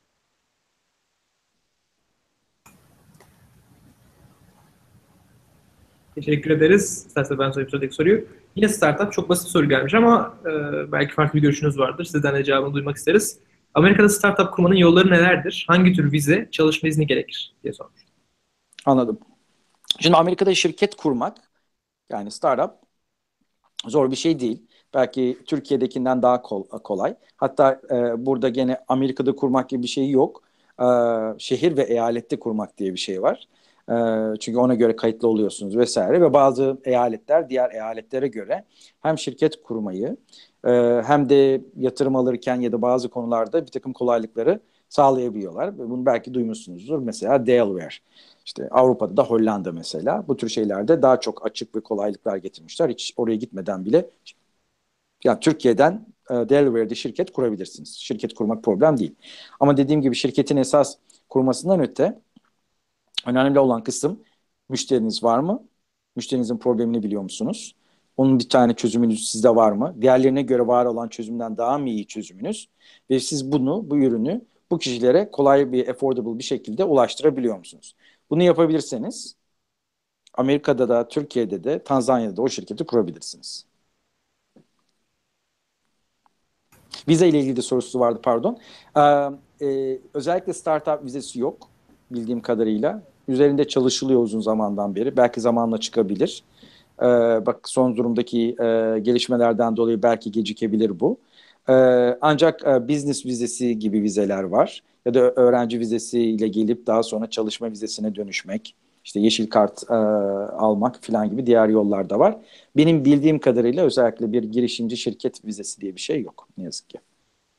Teşekkür ederiz. İstersen ben sorayım sıradaki soruyu. Yine startup, çok basit bir soru gelmiş ama e, belki farklı bir görüşünüz vardır. Sizden de cevabını duymak isteriz. Amerika'da startup kurmanın yolları nelerdir? Hangi tür vize, çalışma izni gerekir diye sormuş. Anladım. Şimdi Amerika'da şirket kurmak, yani startup, zor bir şey değil. Belki Türkiye'dekinden daha kol- kolay. Hatta e, burada gene Amerika'da kurmak gibi bir şey yok. E, Şehir ve eyalette kurmak diye bir şey var. E, çünkü ona göre kayıtlı oluyorsunuz vesaire. Ve bazı eyaletler diğer eyaletlere göre hem şirket kurmayı e, hem de yatırım alırken ya da bazı konularda bir takım kolaylıkları sağlayabiliyorlar. Ve bunu belki duymuşsunuzdur. Mesela Delaware. İşte Avrupa'da da Hollanda mesela. Bu tür şeylerde daha çok açık ve kolaylıklar getirmişler. Hiç oraya gitmeden bile, yani Türkiye'den e, Delaware'de şirket kurabilirsiniz. Şirket kurmak problem değil. Ama dediğim gibi şirketin esas kurmasından öte önemli olan kısım, müşteriniz var mı? Müşterinizin problemini biliyor musunuz? Onun bir tane çözümünüz sizde var mı? Diğerlerine göre var olan çözümden daha mı iyi çözümünüz? Ve siz bunu, bu ürünü bu kişilere kolay bir, affordable bir şekilde ulaştırabiliyor musunuz? Bunu yapabilirseniz Amerika'da da, Türkiye'de de, Tanzanya'da da o şirketi kurabilirsiniz. Vize ile ilgili de sorusu vardı, pardon. Ee, e, özellikle startup vizesi yok bildiğim kadarıyla. Üzerinde çalışılıyor uzun zamandan beri. Belki zamanla çıkabilir. Ee, bak son durumdaki e, gelişmelerden dolayı belki gecikebilir bu. Ee, ancak e, business vizesi gibi vizeler var. Ya da öğrenci vizesiyle gelip daha sonra çalışma vizesine dönüşmek, işte yeşil kart e, almak falan gibi diğer yollar da var. Benim bildiğim kadarıyla özellikle bir girişimci şirket vizesi diye bir şey yok ne yazık ki.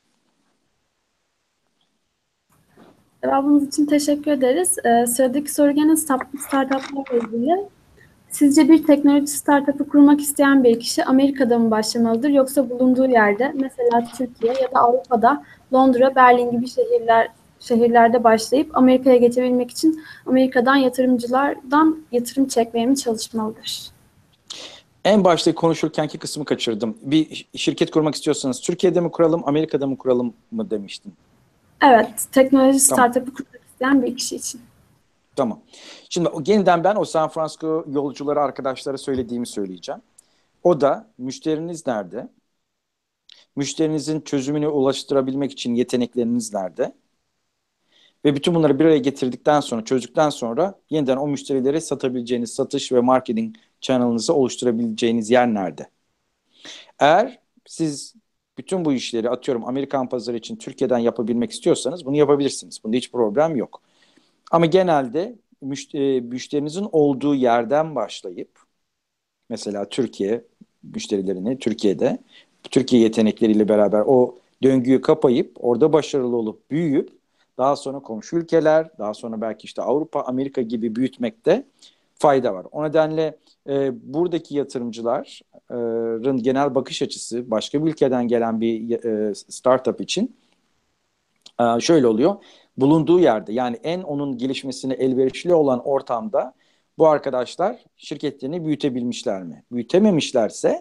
Cevabınız için teşekkür ederiz. Ee, sıradaki soru gene start- startuplarla ilgili. Sizce bir teknoloji startup'ı kurmak isteyen bir kişi Amerika'da mı başlamalıdır yoksa bulunduğu yerde, mesela Türkiye ya da Avrupa'da Londra, Berlin gibi şehirler şehirlerde başlayıp Amerika'ya geçebilmek için Amerika'dan yatırımcılardan yatırım çekmeye mi çalışmalıdır? En başta konuşurkenki kısmı kaçırdım. Bir şirket kurmak istiyorsanız Türkiye'de mi kuralım, Amerika'da mı kuralım mı demiştin? Evet, teknoloji Tamam. startup'ı kurmak isteyen bir kişi için. Tamam. Şimdi yeniden ben o San Francisco yolcuları arkadaşlara söylediğimi söyleyeceğim. O da müşteriniz nerede? Müşterinizin çözümünü ulaştırabilmek için yetenekleriniz nerede? Ve bütün bunları bir araya getirdikten sonra, çözdükten sonra yeniden o müşterilere satabileceğiniz satış ve marketing channel'ınızı oluşturabileceğiniz yer nerede? Eğer siz bütün bu işleri atıyorum Amerikan pazarı için Türkiye'den yapabilmek istiyorsanız bunu yapabilirsiniz. Bunda hiç problem yok. Ama genelde müşterinizin olduğu yerden başlayıp mesela Türkiye müşterilerini Türkiye'de Türkiye yetenekleriyle beraber o döngüyü kapayıp orada başarılı olup büyüyüp daha sonra komşu ülkeler, daha sonra belki işte Avrupa, Amerika gibi büyütmekte fayda var. O nedenle e, buradaki yatırımcıların genel bakış açısı başka bir ülkeden gelen bir e, startup için e, şöyle oluyor. Bulunduğu yerde, yani en onun gelişmesine elverişli olan ortamda bu arkadaşlar şirketlerini büyütebilmişler mi? Büyütememişlerse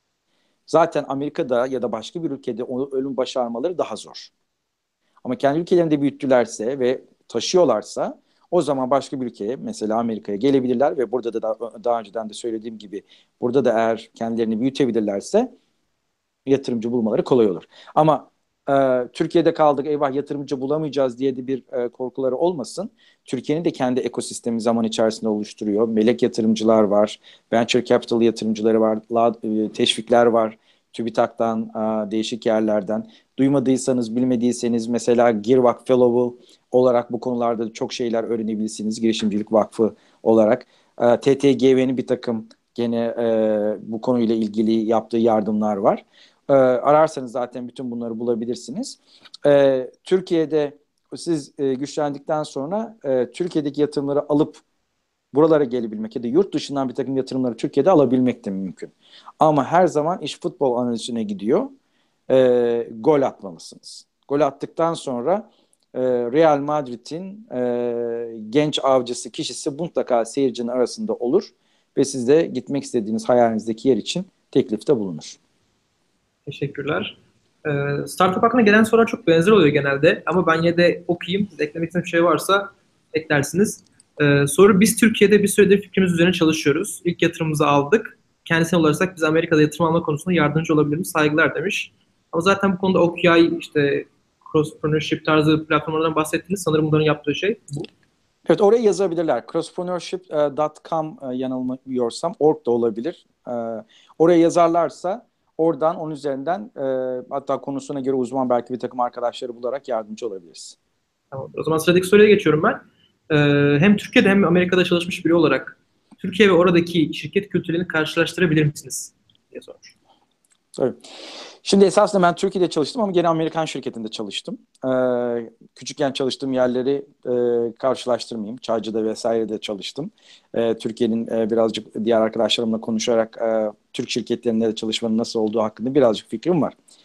zaten Amerika'da ya da başka bir ülkede onu ölüm başarmaları daha zor. Ama kendi ülkelerinde büyüttülerse ve taşıyorlarsa o zaman başka bir ülkeye, mesela Amerika'ya gelebilirler ve burada da daha, daha önceden de söylediğim gibi burada da eğer kendilerini büyütebilirlerse yatırımcı bulmaları kolay olur. Ama e, Türkiye'de kaldık, eyvah yatırımcı bulamayacağız diye de bir e, korkuları olmasın. Türkiye'nin de kendi ekosistemi zaman içerisinde oluşturuyor. Melek yatırımcılar var, venture capital yatırımcıları var, la, e, teşvikler var. TÜBİTAK'tan, e, değişik yerlerden. Duymadıysanız, bilmediyseniz mesela Girvak Fellow olarak bu konularda çok şeyler öğrenebilirsiniz. Girişimcilik Vakfı olarak. E, T T G V'nin bir takım gene e, bu konuyla ilgili yaptığı yardımlar var. E, ararsanız zaten bütün bunları bulabilirsiniz. E, Türkiye'de siz e, güçlendikten sonra e, Türkiye'deki yatırımları alıp buralara gelebilmek ya da yurt dışından bir takım yatırımları Türkiye'de alabilmek de mümkün. Ama her zaman iş futbol analizine gidiyor. E, gol atmalısınız. Gol attıktan sonra e, Real Madrid'in e, genç avcısı kişisi mutlaka seyircinin arasında olur ve siz de gitmek istediğiniz hayalinizdeki yer için teklifte bulunur. Teşekkürler. Ee, startup hakkında gelen sorular çok benzer oluyor genelde ama ben yine de okuyayım. Siz eklemek istediğiniz bir şey varsa eklersiniz. Ee, soru: biz Türkiye'de bir süredir fikrimiz üzerine çalışıyoruz. İlk yatırımımızı aldık. Kendisine ulaşırsak biz Amerika'da yatırım alma konusunda yardımcı olabilir mi? Saygılar demiş. Ama zaten bu konuda O K I, işte crosspreneurship tarzı platformlardan bahsettiniz. Sanırım bunların yaptığı şey bu. Evet, oraya yazabilirler. crosspreneurship dot com yanılmıyorsam org da olabilir. Oraya yazarlarsa oradan onun üzerinden hatta konusuna göre uzman belki bir takım arkadaşları bularak yardımcı olabiliriz. Tamam. O zaman sıradaki soruya geçiyorum ben. Ee, hem Türkiye'de hem Amerika'da çalışmış biri olarak Türkiye ve oradaki şirket kültürlerini karşılaştırabilir misiniz diye sormuş. Tabii. Şimdi esasında ben Türkiye'de çalıştım ama gene Amerikan şirketinde çalıştım. Ee, küçükken çalıştığım yerleri e, karşılaştırmayayım. Çaycı'da vesairede çalıştım. Ee, Türkiye'nin e, birazcık diğer arkadaşlarımla konuşarak e, Türk şirketlerinde de çalışmanın nasıl olduğu hakkında birazcık fikrim var.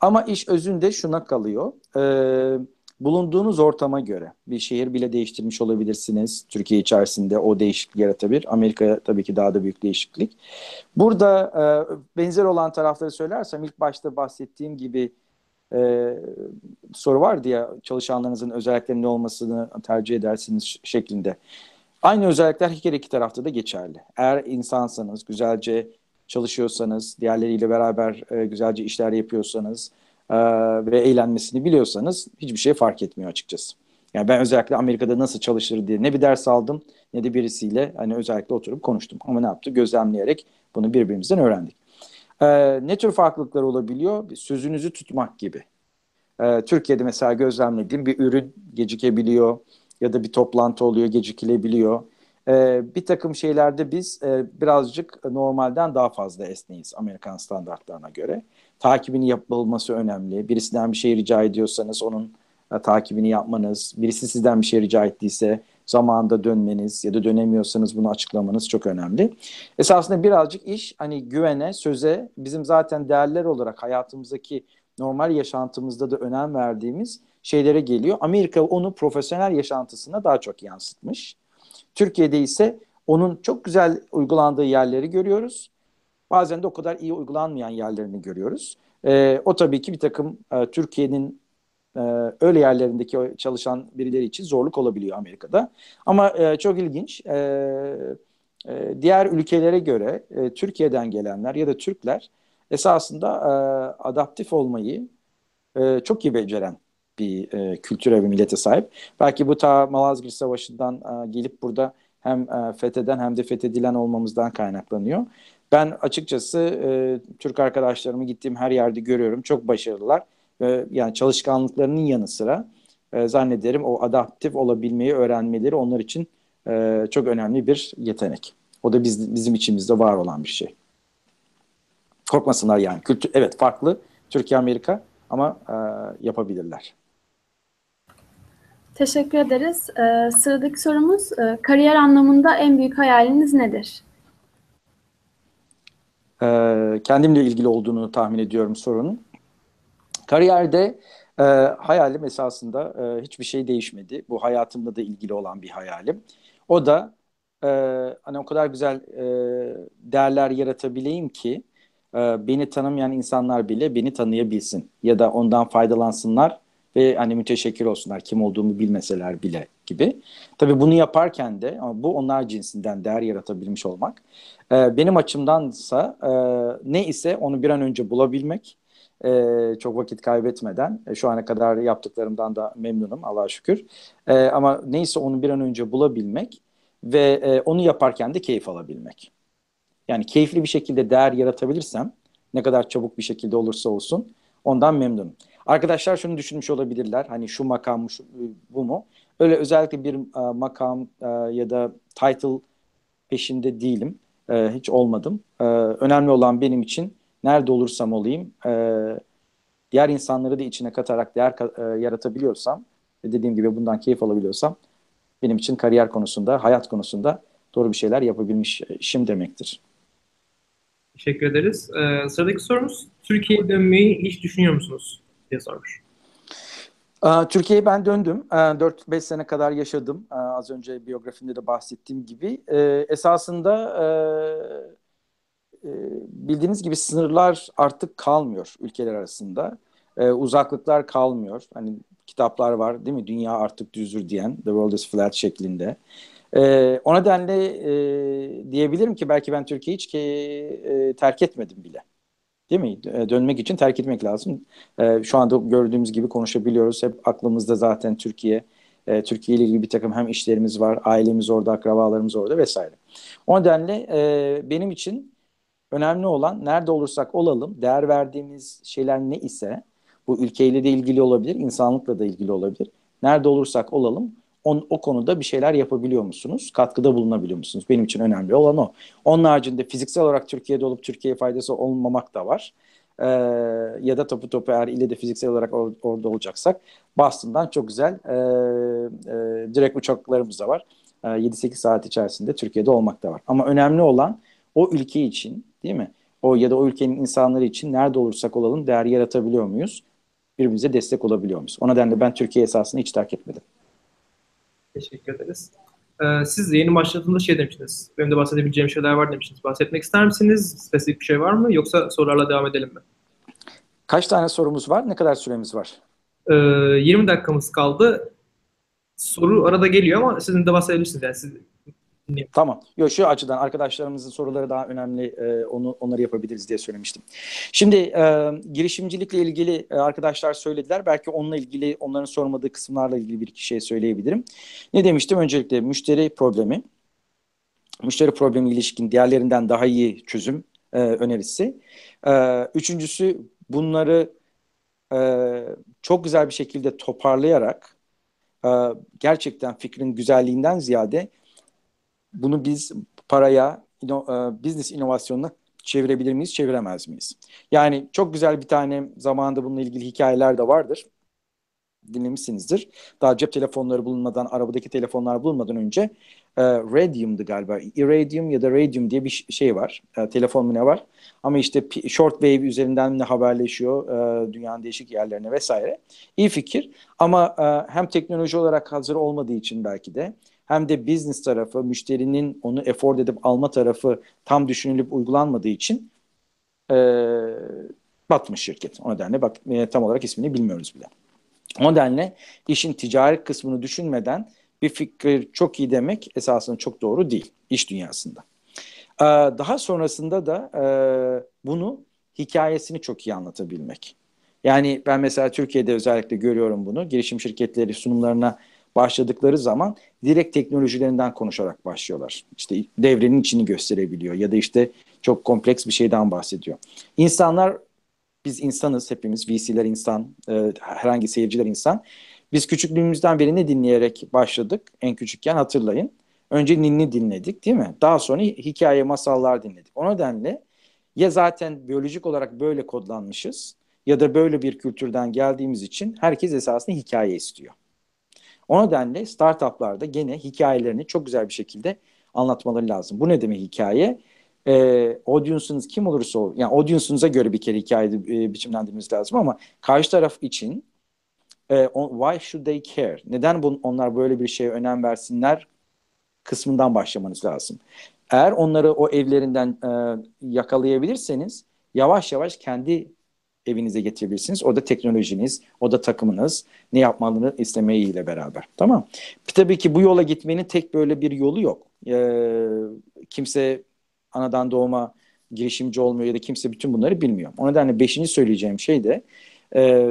Ama iş özünde şuna kalıyor. Ee, bulunduğunuz ortama göre bir şehir bile değiştirmiş olabilirsiniz. Türkiye içerisinde o değişiklik yaratabilir. Amerika tabii ki daha da büyük değişiklik. Burada e, benzer olan tarafları söylersem ilk başta bahsettiğim gibi e, soru vardı ya, çalışanlarınızın özelliklerinin ne olmasını tercih edersiniz şeklinde. Aynı özellikler her iki tarafta da geçerli. Eğer insansanız, güzelce çalışıyorsanız, diğerleriyle beraber e, güzelce işler yapıyorsanız e, ve eğlenmesini biliyorsanız hiçbir şey fark etmiyor açıkçası. Yani ben özellikle Amerika'da nasıl çalışır diye ne bir ders aldım ne de birisiyle hani özellikle oturup konuştum. Ama ne yaptı? Gözlemleyerek bunu birbirimizden öğrendik. E, ne tür farklılıklar olabiliyor? Sözünüzü tutmak gibi. Ee, Türkiye'de mesela gözlemlediğim bir ürün gecikebiliyor ya da bir toplantı oluyor, gecikilebiliyor. Ee, bir takım şeylerde biz e, birazcık normalden daha fazla esneyiz Amerikan standartlarına göre. Takibini yapılması önemli. Birisinden bir şey rica ediyorsanız onun e, takibini yapmanız, birisi sizden bir şey rica ettiyse zamanında dönmeniz ya da dönemiyorsanız bunu açıklamanız çok önemli. Esasında birazcık iş hani güvene, söze, bizim zaten değerler olarak hayatımızdaki normal yaşantımızda da önem verdiğimiz şeylere geliyor. Amerika onu profesyonel yaşantısına daha çok yansıtmış. Türkiye'de ise onun çok güzel uygulandığı yerleri görüyoruz. Bazen de o kadar iyi uygulanmayan yerlerini görüyoruz. Ee, o tabii ki bir takım e, Türkiye'nin e, öyle yerlerindeki çalışan birileri için zorluk olabiliyor Amerika'da. Ama e, çok ilginç. E, e, diğer ülkelere göre e, Türkiye'den gelenler ya da Türkler esasında e, adaptif olmayı e, çok iyi beceren bir e, kültüre ve millete sahip. Belki bu ta Malazgirt Savaşı'ndan e, gelip burada hem e, fetheden hem de fethedilen olmamızdan kaynaklanıyor. Ben açıkçası e, Türk arkadaşlarımı gittiğim her yerde görüyorum. Çok başarılılar. E, yani çalışkanlıklarının yanı sıra e, zannederim o adaptif olabilmeyi öğrenmeleri onlar için e, çok önemli bir yetenek. O da biz, bizim içimizde var olan bir şey. Korkmasınlar yani. Kültür, evet farklı. Türkiye, Amerika ama e, yapabilirler. Teşekkür ederiz. Ee, sıradaki sorumuz, e, kariyer anlamında en büyük hayaliniz nedir? E, kendimle ilgili olduğunu tahmin ediyorum sorunun. Kariyerde e, hayalim esasında e, hiçbir şey değişmedi. Bu hayatımla da ilgili olan bir hayalim. O da e, hani o kadar güzel e, değerler yaratabileyim ki e, beni tanımayan insanlar bile beni tanıyabilsin ya da ondan faydalansınlar ve hani müteşekkir olsunlar kim olduğumu bilmeseler bile gibi. Tabii bunu yaparken de ama bu onlar cinsinden değer yaratabilmiş olmak. E, benim açımdansa e, ne ise onu bir an önce bulabilmek. Ee, çok vakit kaybetmeden e, şu ana kadar yaptıklarımdan da memnunum Allah'a şükür. Ee, ama neyse onu bir an önce bulabilmek ve e, onu yaparken de keyif alabilmek. Yani keyifli bir şekilde değer yaratabilirsem ne kadar çabuk bir şekilde olursa olsun ondan memnunum. Arkadaşlar şunu düşünmüş olabilirler. Hani şu makam mı, şu, bu mu? Öyle özellikle bir e, makam e, ya da title peşinde değilim. E, hiç olmadım. E, önemli olan benim için nerede olursam olayım e, diğer insanları da içine katarak değer ka- e, yaratabiliyorsam ve dediğim gibi bundan keyif alabiliyorsam benim için kariyer konusunda, hayat konusunda doğru bir şeyler yapabilmişim demektir. Teşekkür ederiz. Ee, sıradaki sorumuz, Türkiye'ye dönmeyi hiç düşünüyor musunuz diye sormuş. Aa, Türkiye'ye ben döndüm. Aa, dört beş sene kadar yaşadım. Aa, az önce biyografimde de bahsettiğim gibi. Ee, esasında e, e, bildiğiniz gibi sınırlar artık kalmıyor ülkeler arasında. Ee, uzaklıklar kalmıyor. Hani kitaplar var değil mi? Dünya artık düzdür diyen, The World is Flat şeklinde. Ee, o nedenle e, diyebilirim ki belki ben Türkiye'yi hiç ki, e, terk etmedim bile. Değil mi? E, Dönmek için terk etmek lazım. E, şu anda gördüğümüz gibi konuşabiliyoruz. Hep aklımızda zaten Türkiye. E, Türkiye ile ilgili bir takım hem işlerimiz var, ailemiz orada, akrabalarımız orada vesaire. O nedenle e, benim için önemli olan nerede olursak olalım, değer verdiğimiz şeyler ne ise bu ülkeyle de ilgili olabilir, insanlıkla da ilgili olabilir. Nerede olursak olalım on, o konuda bir şeyler yapabiliyor musunuz? Katkıda bulunabiliyor musunuz? Benim için önemli olan o. Onun haricinde fiziksel olarak Türkiye'de olup Türkiye'ye faydası olmamak da var. Ee, ya da topu topu eğer ile de fiziksel olarak or- orada olacaksak Boston'dan çok güzel e, e, direkt uçaklarımız da var. E, yedi sekiz saat içerisinde Türkiye'de olmak da var. Ama önemli olan o ülke için değil mi? o ya da o ülkenin insanları için nerede olursak olalım değer yaratabiliyor muyuz? Birbirimize destek olabiliyor muyuz? O nedenle ben Türkiye esasını hiç terk etmedim. Teşekkür ederiz. Ee, siz yeni başladığında şey demiştiniz. Benim de bahsedebileceğim şeyler var demiştiniz. Bahsetmek ister misiniz? Spesifik bir şey var mı? Yoksa sorularla devam edelim mi? Kaç tane sorumuz var? Ne kadar süremiz var? Ee, yirmi dakikamız kaldı. Soru arada geliyor ama sizin de bahsedebilirsiniz. Yani siz dinleyin. Tamam. Yok, şu açıdan arkadaşlarımızın soruları daha önemli. E, onu onları yapabiliriz diye söylemiştim. Şimdi e, girişimcilikle ilgili e, arkadaşlar söylediler. Belki onunla ilgili, onların sormadığı kısımlarla ilgili bir iki şey söyleyebilirim. Ne demiştim? Öncelikle müşteri problemi. Müşteri problemi ilişkin diğerlerinden daha iyi çözüm e, önerisi. E, üçüncüsü bunları e, çok güzel bir şekilde toparlayarak e, gerçekten fikrin güzelliğinden ziyade bunu biz paraya, ino, e, business inovasyonuna çevirebilir miyiz, çeviremez miyiz? Yani çok güzel bir tane zamanında bununla ilgili hikayeler de vardır. Dinlemişsinizdir. Daha cep telefonları bulunmadan, arabadaki telefonlar bulunmadan önce e, Radium'du galiba. Iridium ya da Radium diye bir şey var. E, telefon mu ne var? Ama işte shortwave üzerinden ne haberleşiyor e, dünyanın değişik yerlerine vesaire. İyi fikir. Ama e, hem teknoloji olarak hazır olmadığı için belki de hem de business tarafı, müşterinin onu afford edip alma tarafı tam düşünülüp uygulanmadığı için e, batmış şirket. O nedenle bak, e, tam olarak ismini bilmiyoruz bile. O nedenle işin ticari kısmını düşünmeden bir fikri çok iyi demek esasında çok doğru değil iş dünyasında. Ee, daha sonrasında da e, bunu hikayesini çok iyi anlatabilmek. Yani ben mesela Türkiye'de özellikle görüyorum bunu. Girişim şirketleri sunumlarına başladıkları zaman direkt teknolojilerinden konuşarak başlıyorlar. İşte devrenin içini gösterebiliyor ya da işte çok kompleks bir şeyden bahsediyor. İnsanlar, biz insanız hepimiz, V C'ler insan, e, herhangi seyirciler insan. Biz küçüklüğümüzden beri ne dinleyerek başladık? En küçükken hatırlayın. Önce ninni dinledik, değil mi? Daha sonra hikaye, masallar dinledik. O nedenle ya zaten biyolojik olarak böyle kodlanmışız ya da böyle bir kültürden geldiğimiz için herkes esasında hikaye istiyor. O nedenle startuplarda gene hikayelerini çok güzel bir şekilde anlatmaları lazım. Bu ne demek hikaye? Ee, audience'ınız kim olursa olsun, yani audience'ınıza göre bir kere hikayeyi e, biçimlendirmeniz lazım ama karşı taraf için e, on, why should they care? Neden bu, onlar böyle bir şeye önem versinler kısmından başlamanız lazım. Eğer onları o evlerinden e, yakalayabilirseniz yavaş yavaş kendi evinize getirebilirsiniz. O da teknolojiniz, o da takımınız ne yapmalarını istemeyiyle beraber. Tamam. Tabii ki bu yola gitmenin tek böyle bir yolu yok. Ee, kimse anadan doğma girişimci olmuyor ya da kimse bütün bunları bilmiyor. O nedenle beşinci söyleyeceğim şey de e,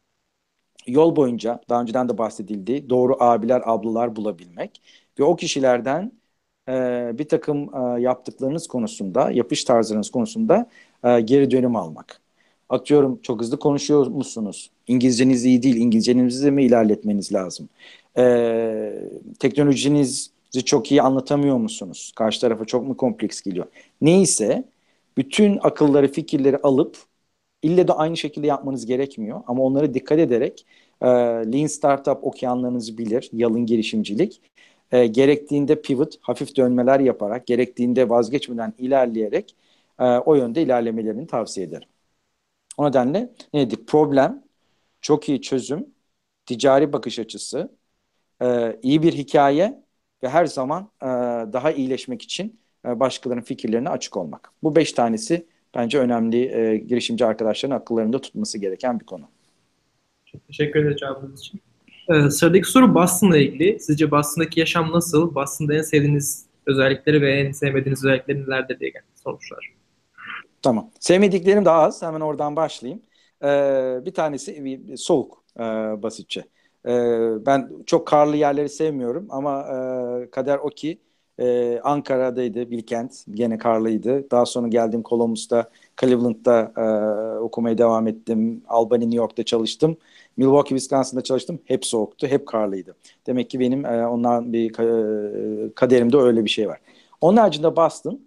yol boyunca daha önceden de bahsedildi doğru abiler ablalar bulabilmek ve o kişilerden e, bir takım e, yaptıklarınız konusunda, yapış tarzlarınız konusunda e, geri dönüm almak. Atıyorum, çok hızlı konuşuyor musunuz? İngilizceniz iyi değil. İngilizcenizi mi ilerletmeniz lazım? Ee, teknolojinizi çok iyi anlatamıyor musunuz? Karşı tarafa çok mu kompleks geliyor? Neyse bütün akılları, fikirleri alıp ille de aynı şekilde yapmanız gerekmiyor. Ama onlara dikkat ederek e, Lean Startup okuyanlarınız bilir. Yalın girişimcilik. E, gerektiğinde pivot, hafif dönmeler yaparak, gerektiğinde vazgeçmeden ilerleyerek e, o yönde ilerlemelerini tavsiye ederim. O nedenle ne dedik? Problem, çok iyi çözüm, ticari bakış açısı, e, iyi bir hikaye ve her zaman e, daha iyileşmek için e, başkalarının fikirlerine açık olmak. Bu beş tanesi bence önemli, e, girişimci arkadaşların akıllarında tutması gereken bir konu. Çok teşekkür ederim cevabınız için. Ee, sıradaki soru Boston'la ilgili. Sizce Boston'daki yaşam nasıl? Boston'da en sevdiğiniz özellikleri ve en sevmediğiniz özellikleri nelerdir diye geldi sormuşlar. Tamam. Sevmediklerim daha az. Hemen oradan başlayayım. Ee, bir tanesi bir- soğuk, e, basitçe. Ee, ben çok karlı yerleri sevmiyorum ama e, kader o ki e, Ankara'daydı, Bilkent. Gene karlıydı. Daha sonra geldim Columbus'ta, Cleveland'da e, okumaya devam ettim. Albany, New York'ta çalıştım. Milwaukee, Wisconsin'da çalıştım. Hep soğuktu, hep karlıydı. Demek ki benim e, ondan bir ka- kaderimde öyle bir şey var. Onun haricinde Boston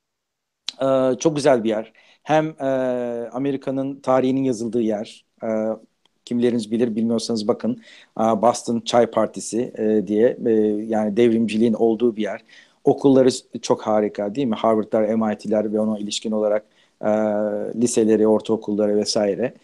ee, çok güzel bir yer. Hem e, Amerika'nın tarihinin yazıldığı yer. E, kimileriniz bilir, bilmiyorsanız bakın. E, Boston Çay Partisi e, diye e, yani devrimciliğin olduğu bir yer. Okulları çok harika, değil mi? Harvard'lar, M I T'ler ve ona ilişkin olarak e, liseleri, ortaokulları vesaire.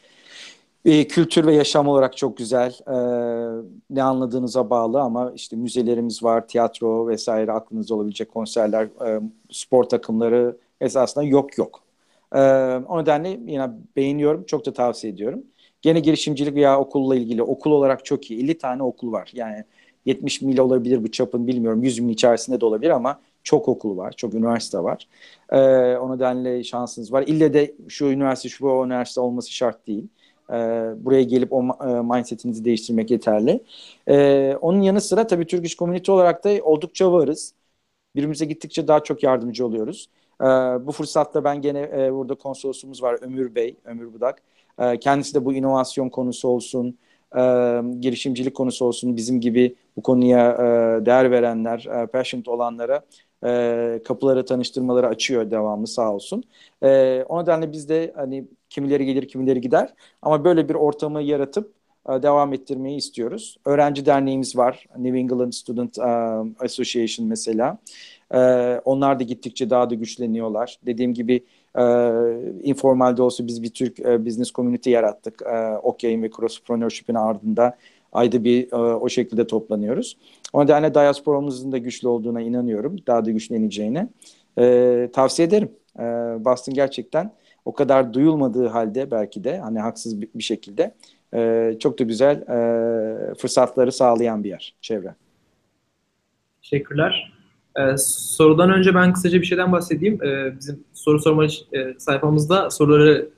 E, kültür ve yaşam olarak çok güzel. E, ne anladığınıza bağlı ama işte müzelerimiz var, tiyatro vesaire, aklınızda olabilecek konserler, e, spor takımları esasında yok yok. E, o nedenle yine beğeniyorum, çok da tavsiye ediyorum. Gene girişimcilik veya okulla ilgili, okul olarak çok iyi. elli tane okul var. Yani yetmiş mil olabilir bu çapın, bilmiyorum. yüz mil içerisinde de olabilir ama çok okul var, çok üniversite var. E, o nedenle şansınız var. İlle de şu üniversite, şu bu üniversite olması şart değil. Ee, buraya gelip o e, mindsetinizi değiştirmek yeterli. Ee, onun yanı sıra tabii Türk İş Community olarak da oldukça varız. Birbirimize gittikçe daha çok yardımcı oluyoruz. Ee, bu fırsatta ben gene e, burada konsolosumuz var, Ömür Bey, Ömür Budak. Ee, kendisi de bu inovasyon konusu olsun, e, girişimcilik konusu olsun, bizim gibi bu konuya e, değer verenler, e, passionate olanlara e, kapıları, tanıştırmaları açıyor devamlı, sağ olsun. E, o nedenle biz de hani kimileri gelir, kimileri gider ama böyle bir ortamı yaratıp e, devam ettirmeyi istiyoruz. Öğrenci derneğimiz var, New England Student um, Association mesela. E, onlar da gittikçe daha da güçleniyorlar. Dediğim gibi e, informalde olsa biz bir Türk e, business community yarattık. E, Okey'in ve Crosspreneurship'in ardında ayda bir e, o şekilde toplanıyoruz. O nedenle diasporamızın da güçlü olduğuna inanıyorum. Daha da güçleneceğine. E, tavsiye ederim. E, Boston gerçekten o kadar duyulmadığı halde belki de hani haksız bir, bir şekilde e, çok da güzel e, fırsatları sağlayan bir yer, çevre. Teşekkürler. Ee, sorudan önce ben kısaca bir şeyden bahsedeyim. Ee, bizim soru sorma e, sayfamızda soruları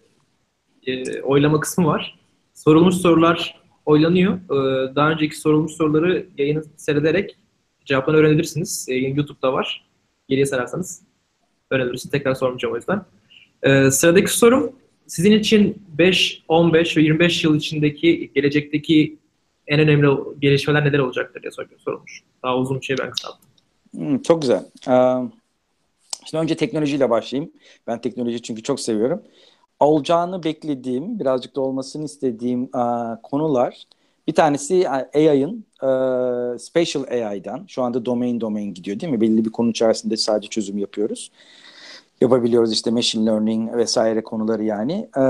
e, oylama kısmı var. Sorulmuş sorular oylanıyor. Ee, daha önceki sorulmuş soruları yayını seyrederek cevaplarını öğrenebilirsiniz. Ee, YouTube'da var. Geriye sararsanız öğrenebilirsiniz. Tekrar sormayacağım o yüzden. Ee, sıradaki sorum, sizin için beş, on beş ve yirmi beş yıl içindeki gelecekteki en önemli gelişmeler neler olacaktır diye soruyor, sorulmuş. Daha uzun bir şey ben kısalttım. Hmm, çok güzel. Ee, şimdi önce teknolojiyle başlayayım. Ben teknoloji çünkü çok seviyorum. Olacağını beklediğim, birazcık da olmasını istediğim e, konular. Bir tanesi A I'ın, e, Spatial A I'dan. Şu anda domain domain gidiyor değil mi? Belli bir konu içerisinde sadece çözüm yapıyoruz. Yapabiliyoruz işte machine learning vesaire konuları yani. E,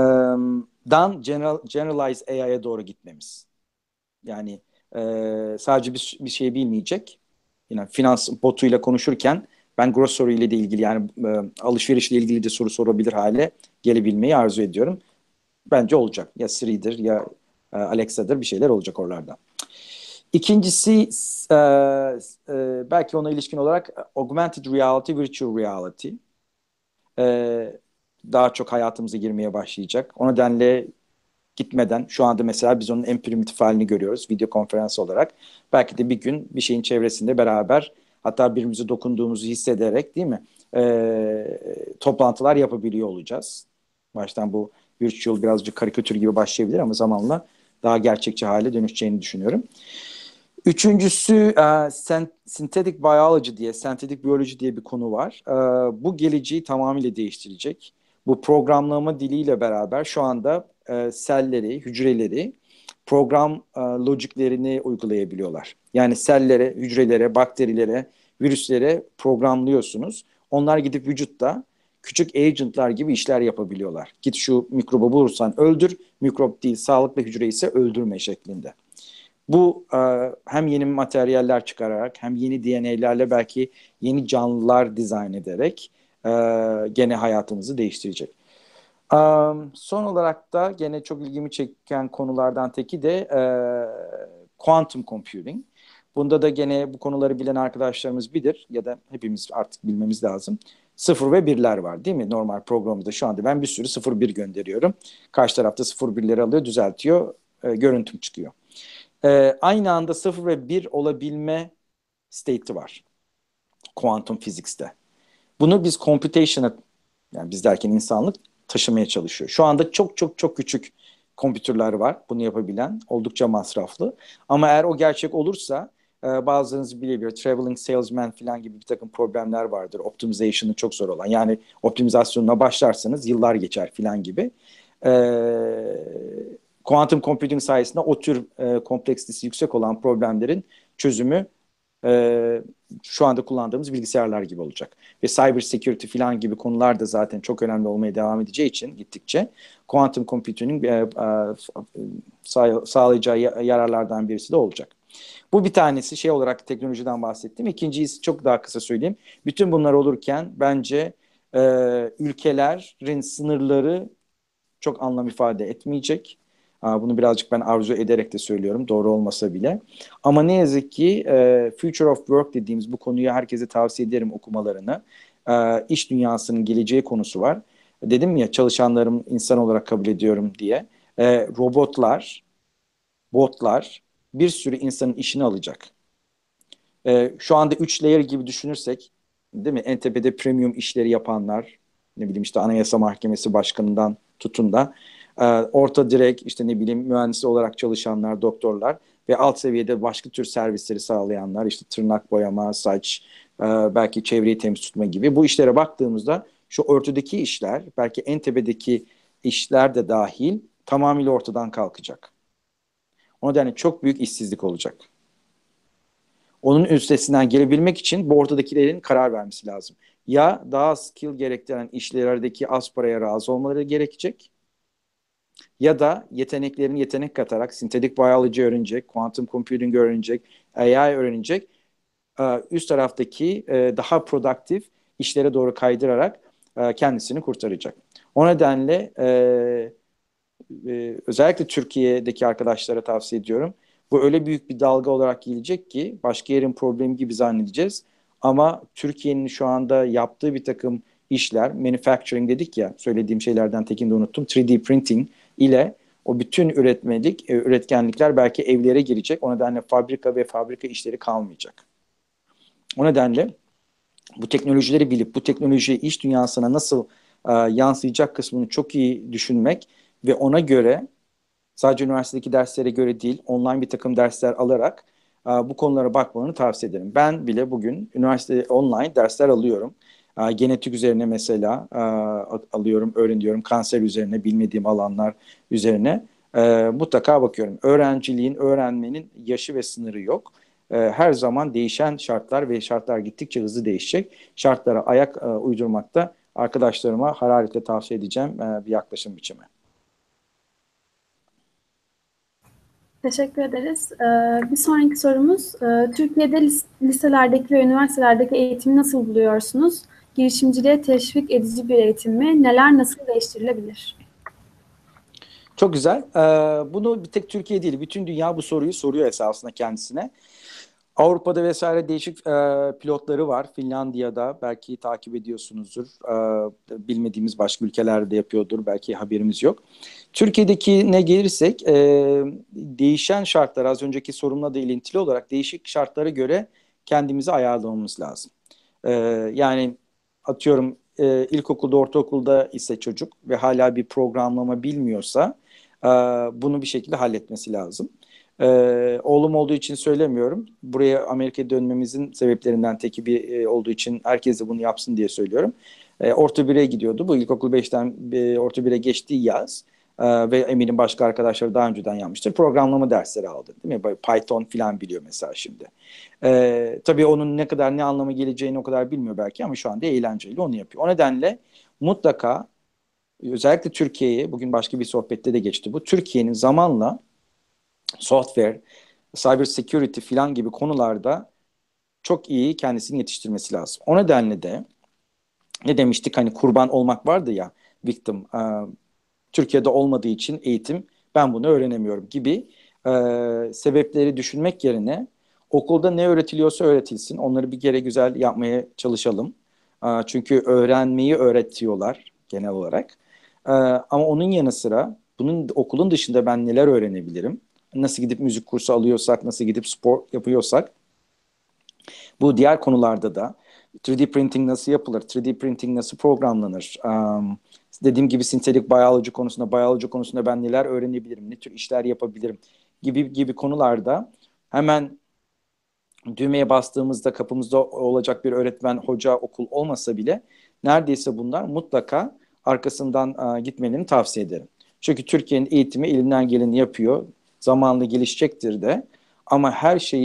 dan general, generalized A I'ye doğru gitmemiz. Yani e, sadece bir, bir şey bilmeyecek. Yani finans botuyla konuşurken ben grocery ile de ilgili yani e, alışverişle ilgili de soru sorabilir hale gelebilmeyi arzu ediyorum. Bence olacak. Ya Siri'dir ya e, Alexa'dır, bir şeyler olacak oralarda. İkincisi e, e, belki ona ilişkin olarak augmented reality, virtual reality. E, daha çok hayatımıza girmeye başlayacak. O nedenle gitmeden şu anda mesela biz onun en primitif halini görüyoruz video konferans olarak. Belki de bir gün bir şeyin çevresinde beraber hatta birbirimize dokunduğumuzu hissederek değil mi? Ee, toplantılar yapabiliyor olacağız. Baştan bu virtual birazcık karikatür gibi başlayabilir ama zamanla daha gerçekçi hale dönüşeceğini düşünüyorum. Üçüncüsü e, synthetic biology diye, sentetik biyoloji diye bir konu var. E, bu geleceği tamamıyla değiştirecek. Bu programlama diliyle beraber şu anda e, selleri, hücreleri, program e, logiklerini uygulayabiliyorlar. Yani sellere, hücrelere, bakterilere, virüslere programlıyorsunuz. Onlar gidip vücutta küçük agentlar gibi işler yapabiliyorlar. Git şu mikrobu bulursan öldür, mikrop değil, sağlıklı hücre ise öldürme şeklinde. Bu e, hem yeni materyaller çıkararak hem yeni D N A'lerle belki yeni canlılar dizayn ederek e, gene hayatımızı değiştirecek. E, son olarak da gene çok ilgimi çeken konulardan teki de e, quantum computing. Bunda da gene bu konuları bilen arkadaşlarımız bilir ya da hepimiz artık bilmemiz lazım. Sıfır ve birler var değil mi? Normal programda şu anda ben bir sürü sıfır bir gönderiyorum. Karşı tarafta sıfır birleri alıyor, düzeltiyor, e, görüntüm çıkıyor. Ee, aynı anda sıfır ve bir olabilme state'i var. Quantum physics'te. Bunu biz computation'a, yani biz derken insanlık taşımaya çalışıyor. Şu anda çok çok çok küçük kompütürler var bunu yapabilen. Oldukça masraflı. Ama eğer o gerçek olursa e, bazılarınız bilebilir. Traveling salesman falan gibi bir takım problemler vardır. Optimization'ı çok zor olan. Yani optimizasyonuna başlarsanız yıllar geçer falan gibi. Eee Quantum computing sayesinde o tür e, kompleksitesi yüksek olan problemlerin çözümü e, şu anda kullandığımız bilgisayarlar gibi olacak. Ve cyber security falan gibi konular da zaten çok önemli olmaya devam edeceği için gittikçe quantum computing'in e, e, sağ, sağlayacağı yararlardan birisi de olacak. Bu bir tanesi şey olarak teknolojiden bahsettim. İkincisi çok daha kısa söyleyeyim. Bütün bunlar olurken bence e, ülkelerin sınırları çok anlam ifade etmeyecek. Bunu birazcık ben arzu ederek de söylüyorum, doğru olmasa bile. Ama ne yazık ki e, Future of Work dediğimiz bu konuyu herkese tavsiye ederim okumalarını. E, iş dünyasının geleceği konusu var. Dedim ya çalışanlarım insan olarak kabul ediyorum diye. E, robotlar, botlar bir sürü insanın işini alacak. E, şu anda üç layer gibi düşünürsek, değil mi? En tepede premium işleri yapanlar, ne bileyim işte Anayasa Mahkemesi Başkanı'ndan tutun da e, orta direk işte ne bileyim mühendisi olarak çalışanlar, doktorlar ve alt seviyede başka tür servisleri sağlayanlar, işte tırnak boyama, saç, e, belki çevreyi temiz tutma gibi bu işlere baktığımızda şu ortadaki işler, belki en tepedeki işler de dahil tamamıyla ortadan kalkacak. O nedenle çok büyük işsizlik olacak. Onun üstesinden gelebilmek için bu ortadakilerin karar vermesi lazım. Ya daha skill gerektiren işlerdeki az paraya razı olmaları gerekecek ya da yeteneklerini yetenek katarak synthetic biology öğrenecek, quantum computing öğrenecek, A I öğrenecek, üst taraftaki daha produktif işlere doğru kaydırarak kendisini kurtaracak. O nedenle özellikle Türkiye'deki arkadaşlara tavsiye ediyorum. Bu öyle büyük bir dalga olarak gelecek ki başka yerin problemi gibi zannedeceğiz. Ama Türkiye'nin şu anda yaptığı bir takım işler, manufacturing dedik ya, söylediğim şeylerden tekini de unuttum. üç D printing ile o bütün üretmelik, üretkenlikler belki evlere girecek. O nedenle fabrika ve fabrika işleri kalmayacak. O nedenle bu teknolojileri bilip bu teknolojiyi iş dünyasına nasıl e, yansıyacak kısmını çok iyi düşünmek ve ona göre sadece üniversitedeki derslere göre değil, online bir takım dersler alarak e, bu konulara bakmanı tavsiye ederim. Ben bile bugün üniversite online dersler alıyorum. E, genetik üzerine mesela e, alıyorum, öğreniyorum. Kanser üzerine, bilmediğim alanlar üzerine e, mutlaka bakıyorum. Öğrenciliğin, öğrenmenin yaşı ve sınırı yok. E, her zaman değişen şartlar ve şartlar gittikçe hızlı değişecek. Şartlara ayak e, uydurmakta arkadaşlarıma hararetle tavsiye edeceğim e, bir yaklaşım biçimi. Teşekkür ederiz. Ee, bir sonraki sorumuz, e, Türkiye'de lis- liselerdeki ve üniversitelerdeki eğitimi nasıl buluyorsunuz? Girişimciliğe teşvik edici bir eğitim mi? Neler nasıl değiştirilebilir? Çok güzel. Ee, bunu bir tek Türkiye değil, bütün dünya bu soruyu soruyor esasında kendisine. Avrupa'da vesaire değişik e, pilotları var. Finlandiya'da belki takip ediyorsunuzdur. E, bilmediğimiz başka ülkelerde yapıyordur. Belki haberimiz yok. Türkiye'deki gelirsek e, değişen şartlar, az önceki sorumla da ilintili olarak değişik şartlara göre kendimizi ayarlamamız lazım. E, yani atıyorum e, ilkokulda, ortaokulda ise çocuk ve hala bir programlama bilmiyorsa e, bunu bir şekilde halletmesi lazım. Ee, oğlum olduğu için söylemiyorum. Buraya Amerika'ya dönmemizin sebeplerinden teki bir e, olduğu için herkes de bunu yapsın diye söylüyorum. E, orta bire gidiyordu. Bu ilkokul beşten e, orta bire geçtiği yaz e, ve eminim başka arkadaşları daha önceden yapmıştır. Programlama dersleri aldı. Değil mi? Böyle Python falan biliyor mesela şimdi. E, tabii onun ne kadar ne anlama geleceğini o kadar bilmiyor belki ama şu anda eğlenceli onu yapıyor. O nedenle mutlaka özellikle Türkiye'ye, bugün başka bir sohbette de geçti bu, Türkiye'nin zamanla software, cyber security filan gibi konularda çok iyi kendisini yetiştirmesi lazım. O nedenle de ne demiştik, hani kurban olmak vardı ya, victim. E, Türkiye'de olmadığı için eğitim, ben bunu öğrenemiyorum gibi e, sebepleri düşünmek yerine okulda ne öğretiliyorsa öğretilsin. Onları bir kere güzel yapmaya çalışalım. E, çünkü öğrenmeyi öğretiyorlar genel olarak. E, ama onun yanı sıra bunun okulun dışında ben neler öğrenebilirim? Nasıl gidip müzik kursu alıyorsak, nasıl gidip spor yapıyorsak, bu diğer konularda da üç D printing nasıl yapılır, üç D printing nasıl programlanır, um, dediğim gibi synthetic biology konusunda, biology konusunda ben neler öğrenebilirim, ne tür işler yapabilirim gibi gibi konularda hemen düğmeye bastığımızda kapımızda olacak bir öğretmen, hoca, okul olmasa bile neredeyse bunlar mutlaka arkasından uh, gitmelerini tavsiye ederim. Çünkü Türkiye'nin eğitimi elinden geleni yapıyor. Zamanla gelişecektir de. Ama her şeyi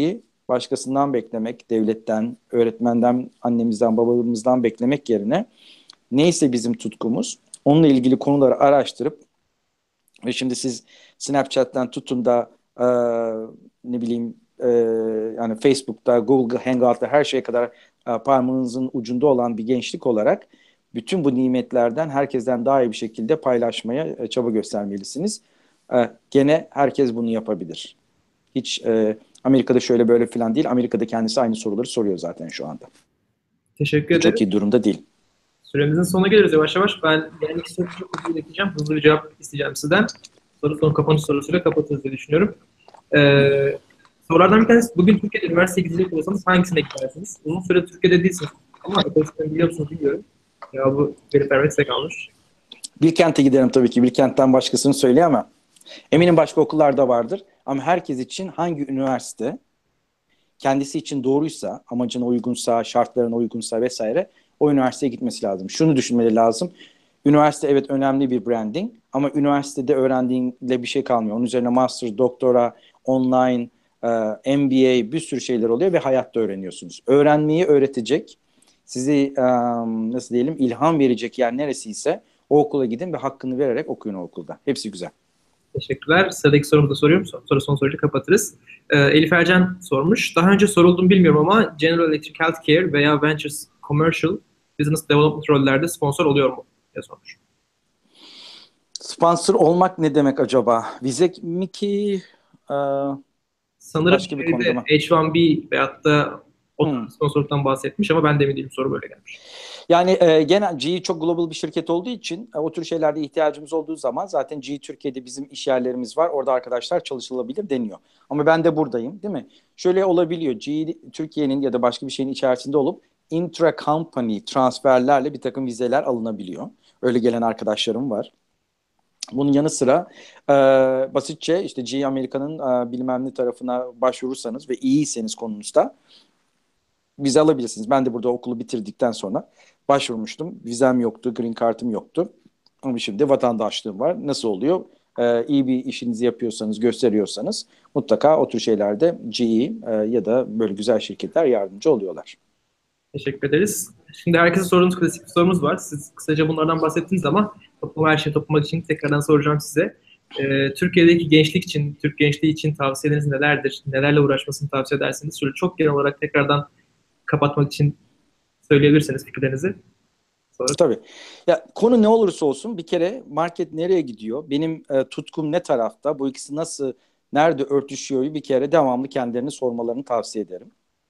başkasından beklemek, devletten, öğretmenden, annemizden, babamızdan beklemek yerine neyse bizim tutkumuz, onunla ilgili konuları araştırıp ve şimdi siz Snapchat'ten tutun da e, ne bileyim e, yani Facebook'ta, Google Hangout'ta her şeye kadar e, parmağınızın ucunda olan bir gençlik olarak bütün bu nimetlerden herkesten daha iyi bir şekilde paylaşmaya e, çaba göstermelisiniz. E, gene herkes bunu yapabilir. Hiç e, Amerika'da şöyle böyle falan değil. Amerika'da kendisi aynı soruları soruyor zaten şu anda. Teşekkür ederim. Çok iyi durumda değil. Süremizin sonuna geliyoruz yavaş yavaş. Ben yani iki soru çok hızlı ileteceğim. Hızlı bir cevap isteyeceğim sizden. Soru son kapanış sorusuyla kapatırız diye düşünüyorum. Ee, sorulardan bir tanesi, bugün Türkiye'de üniversiteye gidecek olsanız hangisine gidersiniz? Uzun süre Türkiye'de değilsiniz ama ekosistemi biliyor musunuz bilmiyorum. Ya bu verip vermek size kalmış. Bilkent'e giderim tabii ki. Bilkent'ten başkasını söyleyemem. Eminim başka okullarda vardır. Ama herkes için hangi üniversite kendisi için doğruysa, amacına uygunsa, şartlarına uygunsa vesaire o üniversiteye gitmesi lazım. Şunu düşünmeleri lazım. Üniversite evet önemli bir branding ama üniversitede öğrendiğinle bir şey kalmıyor. Onun üzerine master, doktora, online, e, M B A bir sürü şeyler oluyor ve hayatta öğreniyorsunuz. Öğrenmeyi öğretecek, sizi e, nasıl diyelim ilham verecek yer neresiyse o okula gidin ve hakkını vererek okuyun o okulda. Hepsi güzel. Teşekkürler. Sıradaki sorumu da soruyorum. Sonra son soruyla kapatırız. Ee, Elif Ercan sormuş. Daha önce soruldu mu bilmiyorum ama General Electric Healthcare veya Ventures Commercial Business Development rollerde sponsor oluyor mu diye sormuş. Sponsor olmak ne demek acaba? Vize mi ki? Ee, Sanırım başka bir konuda mı? H bir B veyahut da o Hmm. sponsorluktan bahsetmiş ama ben de emin değilim, soru böyle gelmiş. Yani e, genel G E çok global bir şirket olduğu için e, o tür şeylerde ihtiyacımız olduğu zaman zaten G E Türkiye'de bizim iş yerlerimiz var. Orada arkadaşlar çalışılabilir deniyor. Ama ben de buradayım değil mi? Şöyle olabiliyor. G E Türkiye'nin ya da başka bir şeyin içerisinde olup intra-company transferlerle bir takım vizeler alınabiliyor. Öyle gelen arkadaşlarım var. Bunun yanı sıra e, basitçe işte G E Amerika'nın e, bilmem ne tarafına başvurursanız ve iyiyseniz konunuzda vize alabilirsiniz. Ben de burada okulu bitirdikten sonra başvurmuştum. Vizem yoktu, green card'ım yoktu. Ama şimdi vatandaşlığım var. Nasıl oluyor? Ee, iyi bir işinizi yapıyorsanız, gösteriyorsanız mutlaka o tür şeylerde G E e, ya da böyle güzel şirketler yardımcı oluyorlar. Teşekkür ederiz. Şimdi herkese sorduğumuz klasik bir sorumuz var. Siz kısaca bunlardan bahsettiniz ama topluma her şeyi toplamak için tekrardan soracağım size. Ee, Türkiye'deki gençlik için, Türk gençliği için tavsiyeleriniz nelerdir? Nelerle uğraşmasını tavsiye edersiniz? Şöyle çok genel olarak tekrardan kapatmak için söyleyebilirseniz fikirlerinizi. Sonra... Tabii. Ya konu ne olursa olsun bir kere market nereye gidiyor? Benim e, tutkum ne tarafta? Bu ikisi nasıl, nerede örtüşüyor? Bir kere devamlı kendilerini sormalarını tavsiye ederim.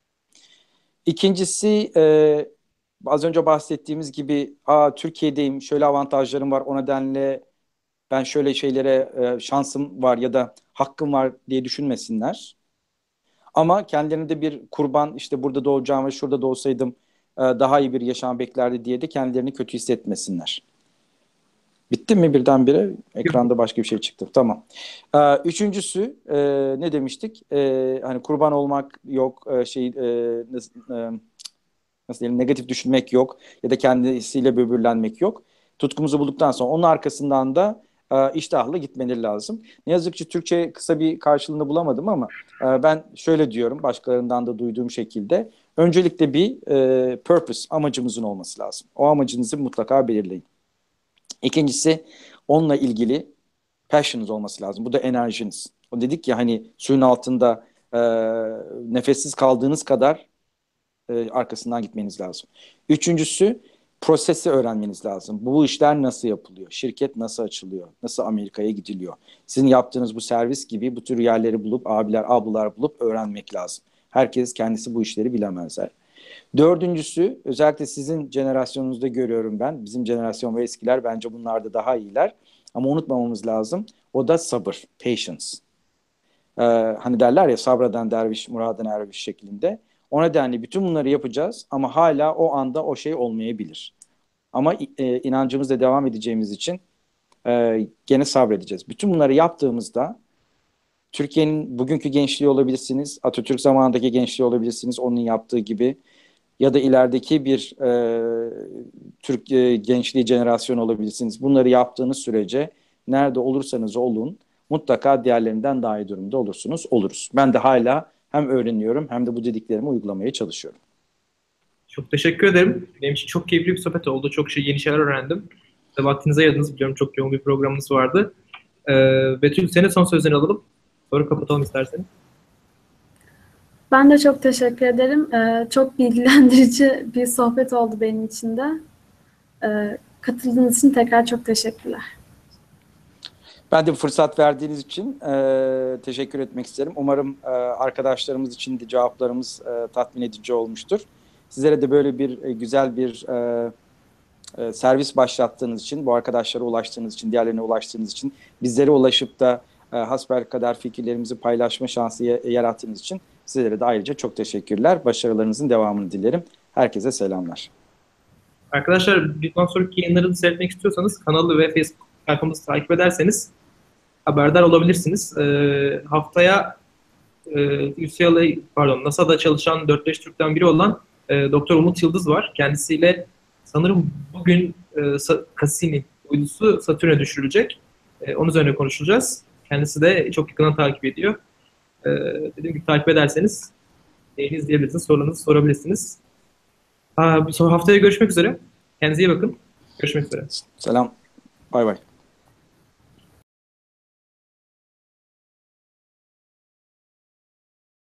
İkincisi e, az önce bahsettiğimiz gibi Aa, Türkiye'deyim, şöyle avantajlarım var, o nedenle ben şöyle şeylere e, şansım var ya da hakkım var diye düşünmesinler. Ama kendilerine de bir kurban, işte burada doğacağım ve şurada doğsaydım e, daha iyi bir yaşam beklerdi diye de kendilerini kötü hissetmesinler. Bitti mi birdenbire? Ekranda başka bir şey çıktı. Tamam. Ee, üçüncüsü e, ne demiştik? E, hani kurban olmak yok, e, şey e, nasıl, e, nasıl diyelim negatif düşünmek yok ya da kendisiyle böbürlenmek yok. Tutkumuzu bulduktan sonra onun arkasından da e, iştahla gitmeleri lazım. Ne yazık ki Türkçe kısa bir karşılığını bulamadım ama e, ben şöyle diyorum, başkalarından da duyduğum şekilde. Öncelikle bir e, purpose, amacımızın olması lazım. O amacınızı mutlaka belirleyin. İkincisi onunla ilgili passion'ınız olması lazım. Bu da enerjiniz. O dedik ya hani suyun altında e, nefessiz kaldığınız kadar e, arkasından gitmeniz lazım. Üçüncüsü prosesi öğrenmeniz lazım. Bu işler nasıl yapılıyor? Şirket nasıl açılıyor? Nasıl Amerika'ya gidiliyor? Sizin yaptığınız bu servis gibi bu tür yerleri bulup abiler, ablalar bulup öğrenmek lazım. Herkes kendisi bu işleri bilemezler. Dördüncüsü özellikle sizin jenerasyonunuzda görüyorum ben. Bizim jenerasyon ve eskiler bence bunlarda daha iyiler. Ama unutmamamız lazım. O da sabır, patience. Ee, hani derler ya sabreden derviş, muraden erviş şeklinde. O nedenle bütün bunları yapacağız ama hala o anda o şey olmayabilir. Ama e, inancımızla devam edeceğimiz için e, gene sabredeceğiz. Bütün bunları yaptığımızda Türkiye'nin bugünkü gençliği olabilirsiniz, Atatürk zamanındaki gençliği olabilirsiniz, onun yaptığı gibi. Ya da ilerideki bir e, Türk e, gençliği jenerasyonu olabilirsiniz. Bunları yaptığınız sürece nerede olursanız olun mutlaka diğerlerinden daha iyi durumda olursunuz. Oluruz. Ben de hala hem öğreniyorum hem de bu dediklerimi uygulamaya çalışıyorum. Çok teşekkür ederim. Benim için çok keyifli bir sohbet oldu. Çok şey, yeni şeyler öğrendim. Ve vaktinizi ayırdınız. Biliyorum çok yoğun bir programınız vardı. Ee, Betül, senin son sözlerini alalım. Sonra kapatalım istersen. Ben de çok teşekkür ederim. Ee, çok bilgilendirici bir sohbet oldu benim için de. Ee, katıldığınız için tekrar çok teşekkürler. Ben de bu fırsat verdiğiniz için e, teşekkür etmek isterim. Umarım e, arkadaşlarımız için de cevaplarımız e, tatmin edici olmuştur. Sizlere de böyle bir e, güzel bir e, e, servis başlattığınız için, bu arkadaşlara ulaştığınız için, diğerlerine ulaştığınız için, bizlere ulaşıp da e, hasbelkader fikirlerimizi paylaşma şansı yarattığınız için sizlere de ayrıca çok teşekkürler. Başarılarınızın devamını dilerim. Herkese selamlar. Arkadaşlar, bundan sonraki yayınları seyretmek istiyorsanız kanalı ve Facebook sayfamızı takip ederseniz haberdar olabilirsiniz. Ee, haftaya e, U C L A, pardon, NASA'da çalışan dört beş Türk'ten biri olan e, Doktor Umut Yıldız var. Kendisiyle sanırım bugün e, Cassini uydusu Satürn'e düşürülecek. E, onun üzerine konuşacağız. Kendisi de çok yakından takip ediyor. E, dediğim gibi takip ederseniz yayını izleyebilirsiniz, sorularınızı sorabilirsiniz. Ha, bir sonraki haftaya görüşmek üzere. Kendinize iyi bakın. Görüşmek üzere. Selam. Bay bay.